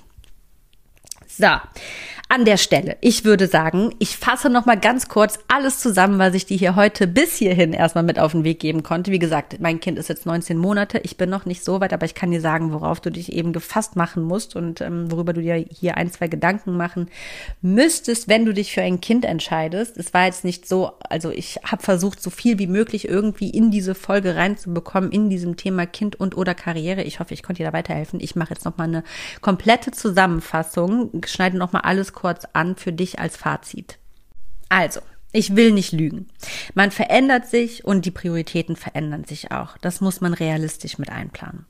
So, an der Stelle, ich würde sagen, ich fasse noch mal ganz kurz alles zusammen, was ich dir hier heute bis hierhin erstmal mit auf den Weg geben konnte. Wie gesagt, mein Kind ist jetzt neunzehn Monate, ich bin noch nicht so weit, aber ich kann dir sagen, worauf du dich eben gefasst machen musst und ähm, worüber du dir hier ein, zwei Gedanken machen müsstest, wenn du dich für ein Kind entscheidest. Es war jetzt nicht so, also ich habe versucht, so viel wie möglich irgendwie in diese Folge reinzubekommen, in diesem Thema Kind und oder Karriere. Ich hoffe, ich konnte dir da weiterhelfen. Ich mache jetzt noch mal eine komplette Zusammenfassung, schneide noch mal alles kurz an für dich als Fazit. Also, ich will nicht lügen. Man verändert sich und die Prioritäten verändern sich auch. Das muss man realistisch mit einplanen.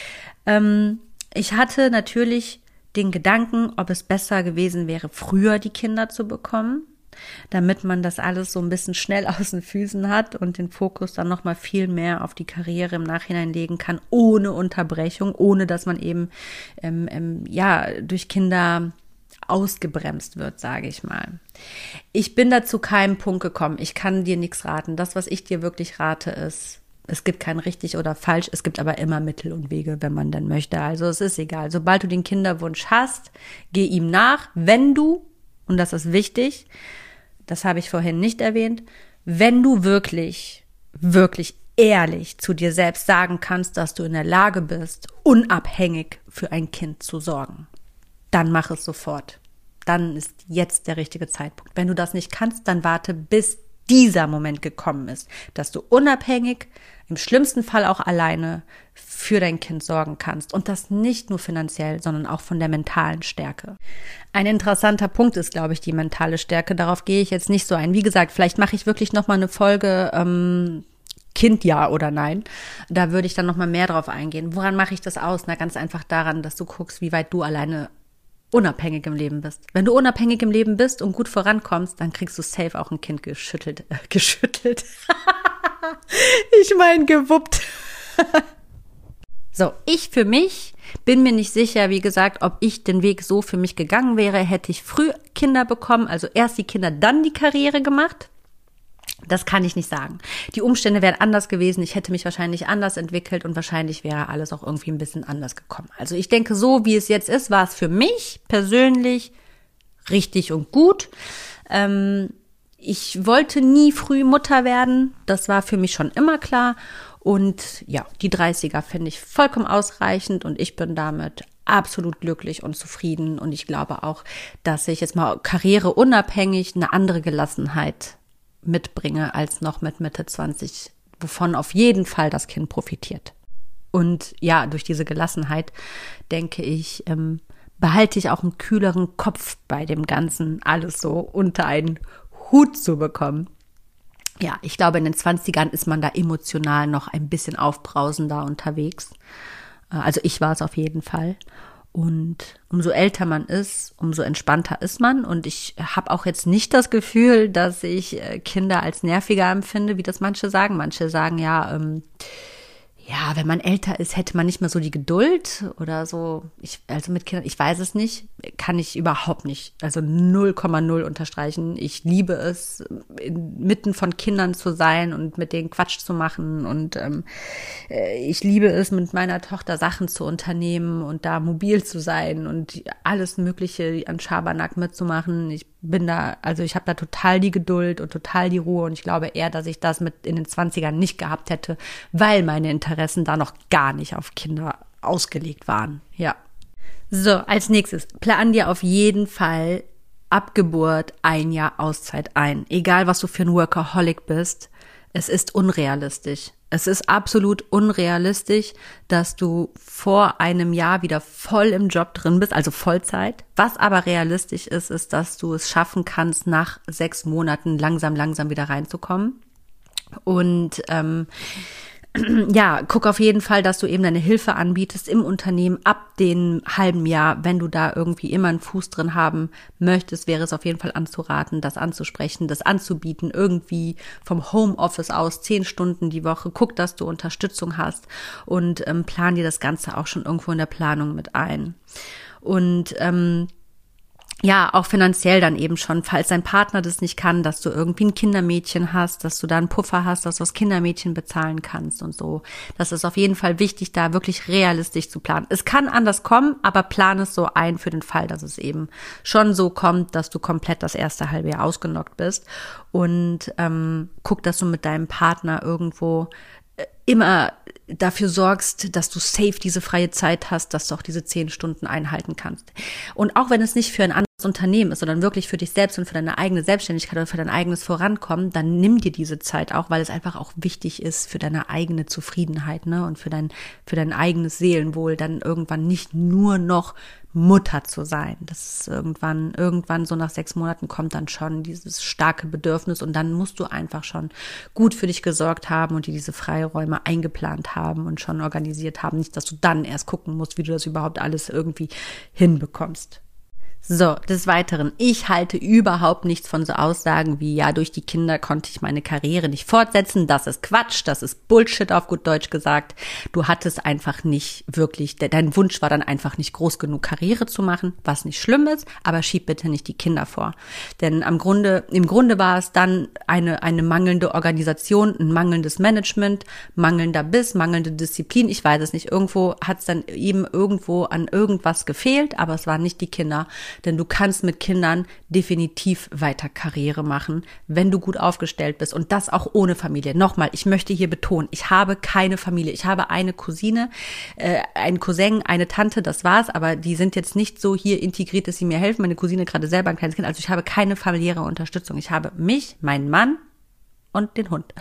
Ähm, ich hatte natürlich den Gedanken, ob es besser gewesen wäre, früher die Kinder zu bekommen, damit man das alles so ein bisschen schnell aus den Füßen hat und den Fokus dann noch mal viel mehr auf die Karriere im Nachhinein legen kann, ohne Unterbrechung, ohne dass man eben ähm, ähm, ja durch Kinder ausgebremst wird, sage ich mal. Ich bin da zu keinem Punkt gekommen. Ich kann dir nichts raten. Das, was ich dir wirklich rate, ist, es gibt kein richtig oder falsch, es gibt aber immer Mittel und Wege, wenn man dann möchte. Also es ist egal. Sobald du den Kinderwunsch hast, geh ihm nach, wenn du, und das ist wichtig, das habe ich vorhin nicht erwähnt, wenn du wirklich, wirklich ehrlich zu dir selbst sagen kannst, dass du in der Lage bist, unabhängig für ein Kind zu sorgen, dann mach es sofort. Dann ist jetzt der richtige Zeitpunkt. Wenn du das nicht kannst, dann warte, bis dieser Moment gekommen ist, dass du unabhängig, im schlimmsten Fall auch alleine für dein Kind sorgen kannst und das nicht nur finanziell, sondern auch von der mentalen Stärke. Ein interessanter Punkt ist, glaube ich, die mentale Stärke. Darauf gehe ich jetzt nicht so ein. Wie gesagt, vielleicht mache ich wirklich noch mal eine Folge ähm, Kind ja oder nein. Da würde ich dann noch mal mehr drauf eingehen. Woran mache ich das aus? Na, ganz einfach daran, dass du guckst, wie weit du alleine unabhängig im Leben bist. Wenn du unabhängig im Leben bist und gut vorankommst, dann kriegst du safe auch ein Kind geschüttelt. Äh, geschüttelt. Ich meine gewuppt. So, ich für mich bin mir nicht sicher, wie gesagt, ob ich den Weg so für mich gegangen wäre, hätte ich früh Kinder bekommen, also erst die Kinder, dann die Karriere gemacht. Das kann ich nicht sagen. Die Umstände wären anders gewesen, ich hätte mich wahrscheinlich anders entwickelt und wahrscheinlich wäre alles auch irgendwie ein bisschen anders gekommen. Also ich denke, so wie es jetzt ist, war es für mich persönlich richtig und gut. Ähm, ich wollte nie früh Mutter werden, das war für mich schon immer klar. Und ja, die dreißiger finde ich vollkommen ausreichend und ich bin damit absolut glücklich und zufrieden. Und ich glaube auch, dass ich jetzt mal karriereunabhängig eine andere Gelassenheit mitbringe als noch mit Mitte zwanzig, wovon auf jeden Fall das Kind profitiert. Und ja, durch diese Gelassenheit, denke ich, ähm, behalte ich auch einen kühleren Kopf bei dem Ganzen, alles so unter einen Hut zu bekommen. Ja, ich glaube, in den zwanzigern ist man da emotional noch ein bisschen aufbrausender unterwegs. Also ich war es auf jeden Fall. Und umso älter man ist, umso entspannter ist man. Und ich habe auch jetzt nicht das Gefühl, dass ich Kinder als nerviger empfinde, wie das manche sagen. Manche sagen ja, ähm, ja, wenn man älter ist, hätte man nicht mehr so die Geduld oder so. Ich, also mit Kindern, ich weiß es nicht, kann ich überhaupt nicht, also null Komma null unterstreichen. Ich liebe es, inmitten von Kindern zu sein und mit denen Quatsch zu machen. Und ähm, ich liebe es, mit meiner Tochter Sachen zu unternehmen und da mobil zu sein und alles Mögliche an Schabernack mitzumachen. Ich bin da, also ich habe da total die Geduld und total die Ruhe. Und ich glaube eher, dass ich das mit in den zwanzigern nicht gehabt hätte, weil meine Interessen da noch gar nicht auf Kinder ausgelegt waren. Ja. So, als nächstes, plan dir auf jeden Fall ab Geburt ein Jahr Auszeit ein. Egal, was du für ein Workaholic bist, es ist unrealistisch. Es ist absolut unrealistisch, dass du vor einem Jahr wieder voll im Job drin bist, also Vollzeit. Was aber realistisch ist, ist, dass du es schaffen kannst, nach sechs Monaten langsam, langsam wieder reinzukommen. Und ähm, ja, guck auf jeden Fall, dass du eben deine Hilfe anbietest im Unternehmen ab dem halben Jahr. Wenn du da irgendwie immer einen Fuß drin haben möchtest, wäre es auf jeden Fall anzuraten, das anzusprechen, das anzubieten, irgendwie vom Homeoffice aus zehn Stunden die Woche. Guck, dass du Unterstützung hast und ähm, plan dir das Ganze auch schon irgendwo in der Planung mit ein. Und ähm, ja, auch finanziell dann eben schon, falls dein Partner das nicht kann, dass du irgendwie ein Kindermädchen hast, dass du da einen Puffer hast, dass du das Kindermädchen bezahlen kannst und so. Das ist auf jeden Fall wichtig, da wirklich realistisch zu planen. Es kann anders kommen, aber plan es so ein für den Fall, dass es eben schon so kommt, dass du komplett das erste halbe Jahr ausgenockt bist. Und ähm, guck, dass du mit deinem Partner irgendwo immer dafür sorgst, dass du safe diese freie Zeit hast, dass du auch diese zehn Stunden einhalten kannst. Und auch wenn es nicht für ein anderes Unternehmen ist, sondern wirklich für dich selbst und für deine eigene Selbstständigkeit oder für dein eigenes Vorankommen, dann nimm dir diese Zeit auch, weil es einfach auch wichtig ist für deine eigene Zufriedenheit, ne, und für dein, für dein eigenes Seelenwohl, dann irgendwann nicht nur noch Mutter zu sein. Das ist irgendwann, irgendwann so nach sechs Monaten kommt dann schon dieses starke Bedürfnis und dann musst du einfach schon gut für dich gesorgt haben und dir diese Freiräume eingeplant haben und schon organisiert haben. Nicht, dass du dann erst gucken musst, wie du das überhaupt alles irgendwie hinbekommst. So, des Weiteren, ich halte überhaupt nichts von so Aussagen wie, ja, durch die Kinder konnte ich meine Karriere nicht fortsetzen. Das ist Quatsch, das ist Bullshit auf gut Deutsch gesagt. Du hattest einfach nicht wirklich, dein Wunsch war dann einfach nicht groß genug, Karriere zu machen, was nicht schlimm ist, aber schieb bitte nicht die Kinder vor. Denn am Grunde, im Grunde war es dann eine, eine mangelnde Organisation, ein mangelndes Management, mangelnder Biss, mangelnde Disziplin, ich weiß es nicht. Irgendwo hat es dann eben irgendwo an irgendwas gefehlt, aber es waren nicht die Kinder. Denn du kannst mit Kindern definitiv weiter Karriere machen, wenn du gut aufgestellt bist und das auch ohne Familie. Nochmal, ich möchte hier betonen, ich habe keine Familie. Ich habe eine Cousine, äh, einen Cousin, eine Tante, das war's, aber die sind jetzt nicht so hier integriert, dass sie mir helfen. Meine Cousine gerade selber ein kleines Kind, also ich habe keine familiäre Unterstützung. Ich habe mich, meinen Mann, und den Hund.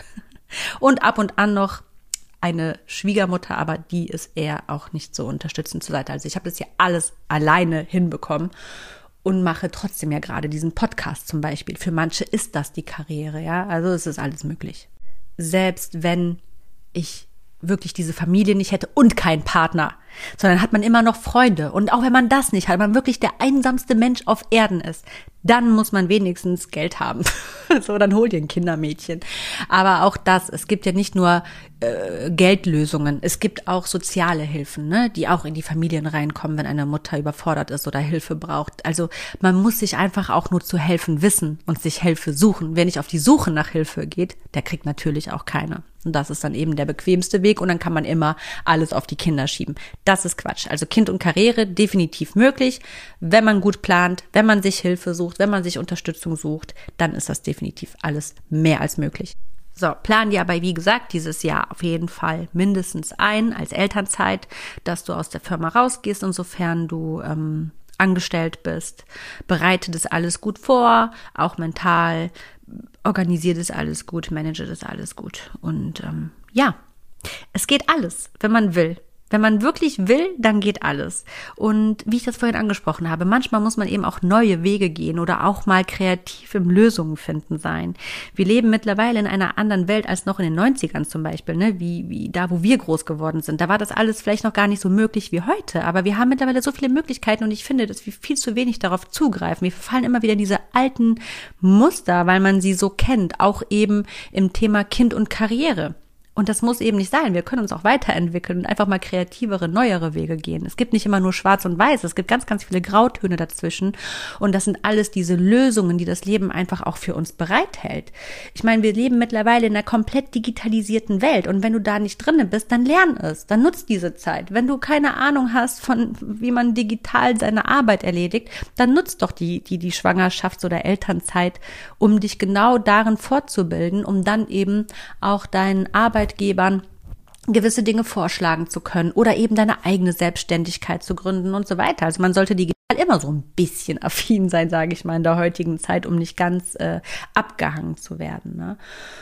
Und ab und an noch eine Schwiegermutter, aber die ist eher auch nicht so unterstützend zur Seite. Also ich habe das ja alles alleine hinbekommen und mache trotzdem ja gerade diesen Podcast zum Beispiel. Für manche ist das die Karriere, ja. Also es ist alles möglich. Selbst wenn ich wirklich diese Familie nicht hätte und keinen Partner, sondern hat man immer noch Freunde. Und auch wenn man das nicht hat, wenn man wirklich der einsamste Mensch auf Erden ist, dann muss man wenigstens Geld haben. So, dann hol dir ein Kindermädchen. Aber auch das, es gibt ja nicht nur äh, Geldlösungen, es gibt auch soziale Hilfen, ne, die auch in die Familien reinkommen, wenn eine Mutter überfordert ist oder Hilfe braucht. Also man muss sich einfach auch nur zu helfen wissen und sich Hilfe suchen. Wer nicht auf die Suche nach Hilfe geht, der kriegt natürlich auch keine. Und das ist dann eben der bequemste Weg und dann kann man immer alles auf die Kinder schieben. Das ist Quatsch. Also Kind und Karriere definitiv möglich, wenn man gut plant, wenn man sich Hilfe sucht, wenn man sich Unterstützung sucht, dann ist das definitiv alles mehr als möglich. So, plan dir aber, wie gesagt, dieses Jahr auf jeden Fall mindestens ein als Elternzeit, dass du aus der Firma rausgehst, insofern du ähm, angestellt bist. Bereite das alles gut vor, auch mental, organisiere das alles gut, manage das alles gut. Und ähm, ja, es geht alles, wenn man will. Wenn man wirklich will, dann geht alles. Und wie ich das vorhin angesprochen habe, manchmal muss man eben auch neue Wege gehen oder auch mal kreativ im Lösungen finden sein. Wir leben mittlerweile in einer anderen Welt als noch in den neunzigern zum Beispiel, ne? wie, wie da, wo wir groß geworden sind. Da war das alles vielleicht noch gar nicht so möglich wie heute, aber wir haben mittlerweile so viele Möglichkeiten und ich finde, dass wir viel zu wenig darauf zugreifen. Wir verfallen immer wieder in diese alten Muster, weil man sie so kennt, auch eben im Thema Kind und Karriere. Und das muss eben nicht sein. Wir können uns auch weiterentwickeln und einfach mal kreativere, neuere Wege gehen. Es gibt nicht immer nur schwarz und weiß. Es gibt ganz, ganz viele Grautöne dazwischen. Und das sind alles diese Lösungen, die das Leben einfach auch für uns bereithält. Ich meine, wir leben mittlerweile in einer komplett digitalisierten Welt. Und wenn du da nicht drinne bist, dann lern es. Dann nutzt diese Zeit. Wenn du keine Ahnung hast von, wie man digital seine Arbeit erledigt, dann nutzt doch die, die, die Schwangerschafts- oder Elternzeit, um dich genau darin fortzubilden, um dann eben auch deinen Arbeit Arbeitgebern gewisse Dinge vorschlagen zu können oder eben deine eigene Selbstständigkeit zu gründen und so weiter. Also man sollte digital immer so ein bisschen affin sein, sage ich mal, in der heutigen Zeit, um nicht ganz äh, abgehangen zu werden, ne?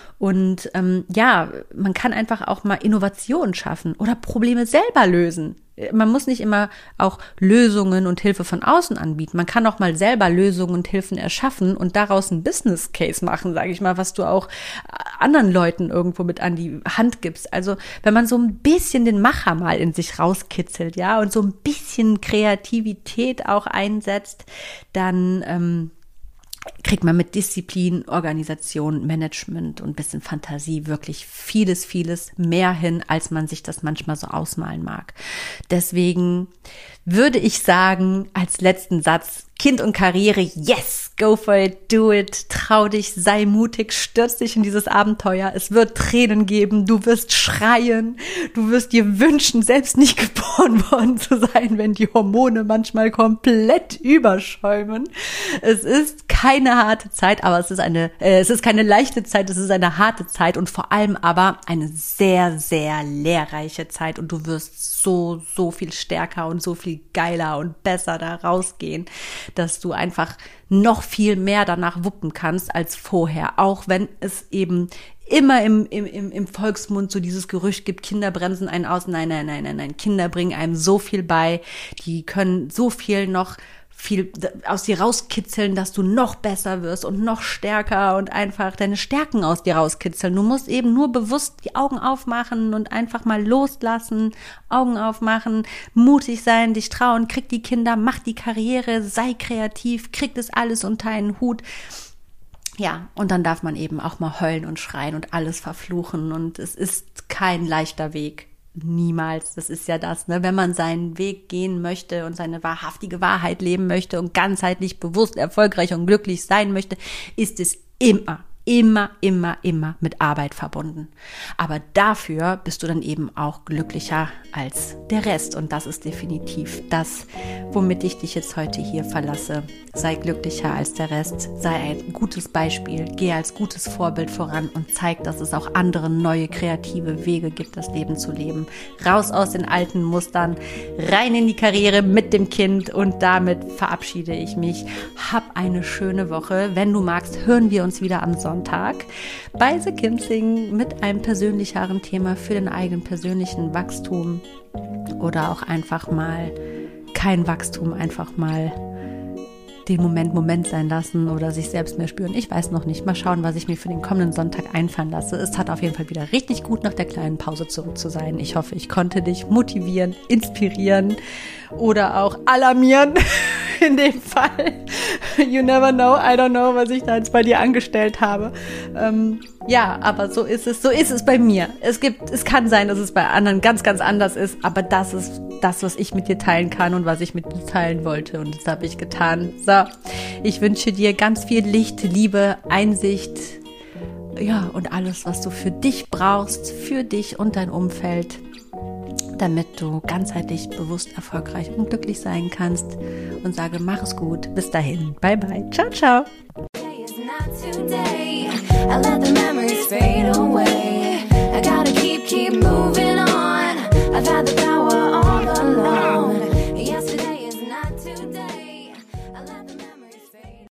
Und ähm, ja, man kann einfach auch mal Innovation schaffen oder Probleme selber lösen. Man muss nicht immer auch Lösungen und Hilfe von außen anbieten. Man kann auch mal selber Lösungen und Hilfen erschaffen und daraus ein Business Case machen, sage ich mal, was du auch anderen Leuten irgendwo mit an die Hand gibst. Also wenn man so ein bisschen den Macher mal in sich rauskitzelt, ja, und so ein bisschen Kreativität auch einsetzt, dann ähm, kriegt man mit Disziplin, Organisation, Management und ein bisschen Fantasie wirklich vieles, vieles mehr hin, als man sich das manchmal so ausmalen mag. Deswegen würde ich sagen, als letzten Satz, Kind und Karriere, yes, go for it, do it, trau dich, sei mutig, stürz dich in dieses Abenteuer. Es wird Tränen geben, du wirst schreien, du wirst dir wünschen, selbst nicht geboren worden zu sein, wenn die Hormone manchmal komplett überschäumen. Es ist keine harte Zeit, aber es ist eine, äh, es ist keine leichte Zeit, es ist eine harte Zeit und vor allem aber eine sehr, sehr lehrreiche Zeit und du wirst so, so viel stärker und so viel geiler und besser da rausgehen, dass du einfach noch viel mehr danach wuppen kannst als vorher, auch wenn es eben immer im, im, im Volksmund so dieses Gerücht gibt, Kinder bremsen einen aus. Nein, nein, nein, nein, nein, Kinder bringen einem so viel bei, die können so viel noch viel aus dir rauskitzeln, dass du noch besser wirst und noch stärker und einfach deine Stärken aus dir rauskitzeln. Du musst eben nur bewusst die Augen aufmachen und einfach mal loslassen, Augen aufmachen, mutig sein, dich trauen, krieg die Kinder, mach die Karriere, sei kreativ, krieg das alles unter einen Hut. Ja, und dann darf man eben auch mal heulen und schreien und alles verfluchen und es ist kein leichter Weg. Niemals, das ist ja das, ne? Wenn man seinen Weg gehen möchte und seine wahrhaftige Wahrheit leben möchte und ganzheitlich bewusst, erfolgreich und glücklich sein möchte, ist es immer, immer, immer, immer mit Arbeit verbunden. Aber dafür bist du dann eben auch glücklicher als der Rest und das ist definitiv das, womit ich dich jetzt heute hier verlasse. Sei glücklicher als der Rest, sei ein gutes Beispiel, geh als gutes Vorbild voran und zeig, dass es auch andere neue kreative Wege gibt, das Leben zu leben. Raus aus den alten Mustern, rein in die Karriere mit dem Kind und damit verabschiede ich mich. Hab eine schöne Woche. Wenn du magst, hören wir uns wieder am Sonntag. Sonntag bei The Kimsing mit einem persönlicheren Thema für den eigenen persönlichen Wachstum oder auch einfach mal kein Wachstum, einfach mal den Moment Moment sein lassen oder sich selbst mehr spüren. Ich weiß noch nicht. Mal schauen, was ich mir für den kommenden Sonntag einfallen lasse. Es hat auf jeden Fall wieder richtig gut, nach der kleinen Pause zurück zu sein. Ich hoffe, ich konnte dich motivieren, inspirieren oder auch alarmieren. In dem Fall. You never know, I don't know, was ich da jetzt bei dir angestellt habe. Ähm, ja, aber so ist es, so ist es bei mir. Es gibt, es kann sein, dass es bei anderen ganz, ganz anders ist, aber das ist das, was ich mit dir teilen kann und was ich mit dir teilen wollte und das habe ich getan. So, ich wünsche dir ganz viel Licht, Liebe, Einsicht, ja, und alles, was du für dich brauchst, für dich und dein Umfeld, damit du ganzheitlich, bewusst, erfolgreich und glücklich sein kannst und sage, mach es gut. Bis dahin. Bye, bye. Ciao, ciao. I let the memories fade away. I gotta keep, keep moving.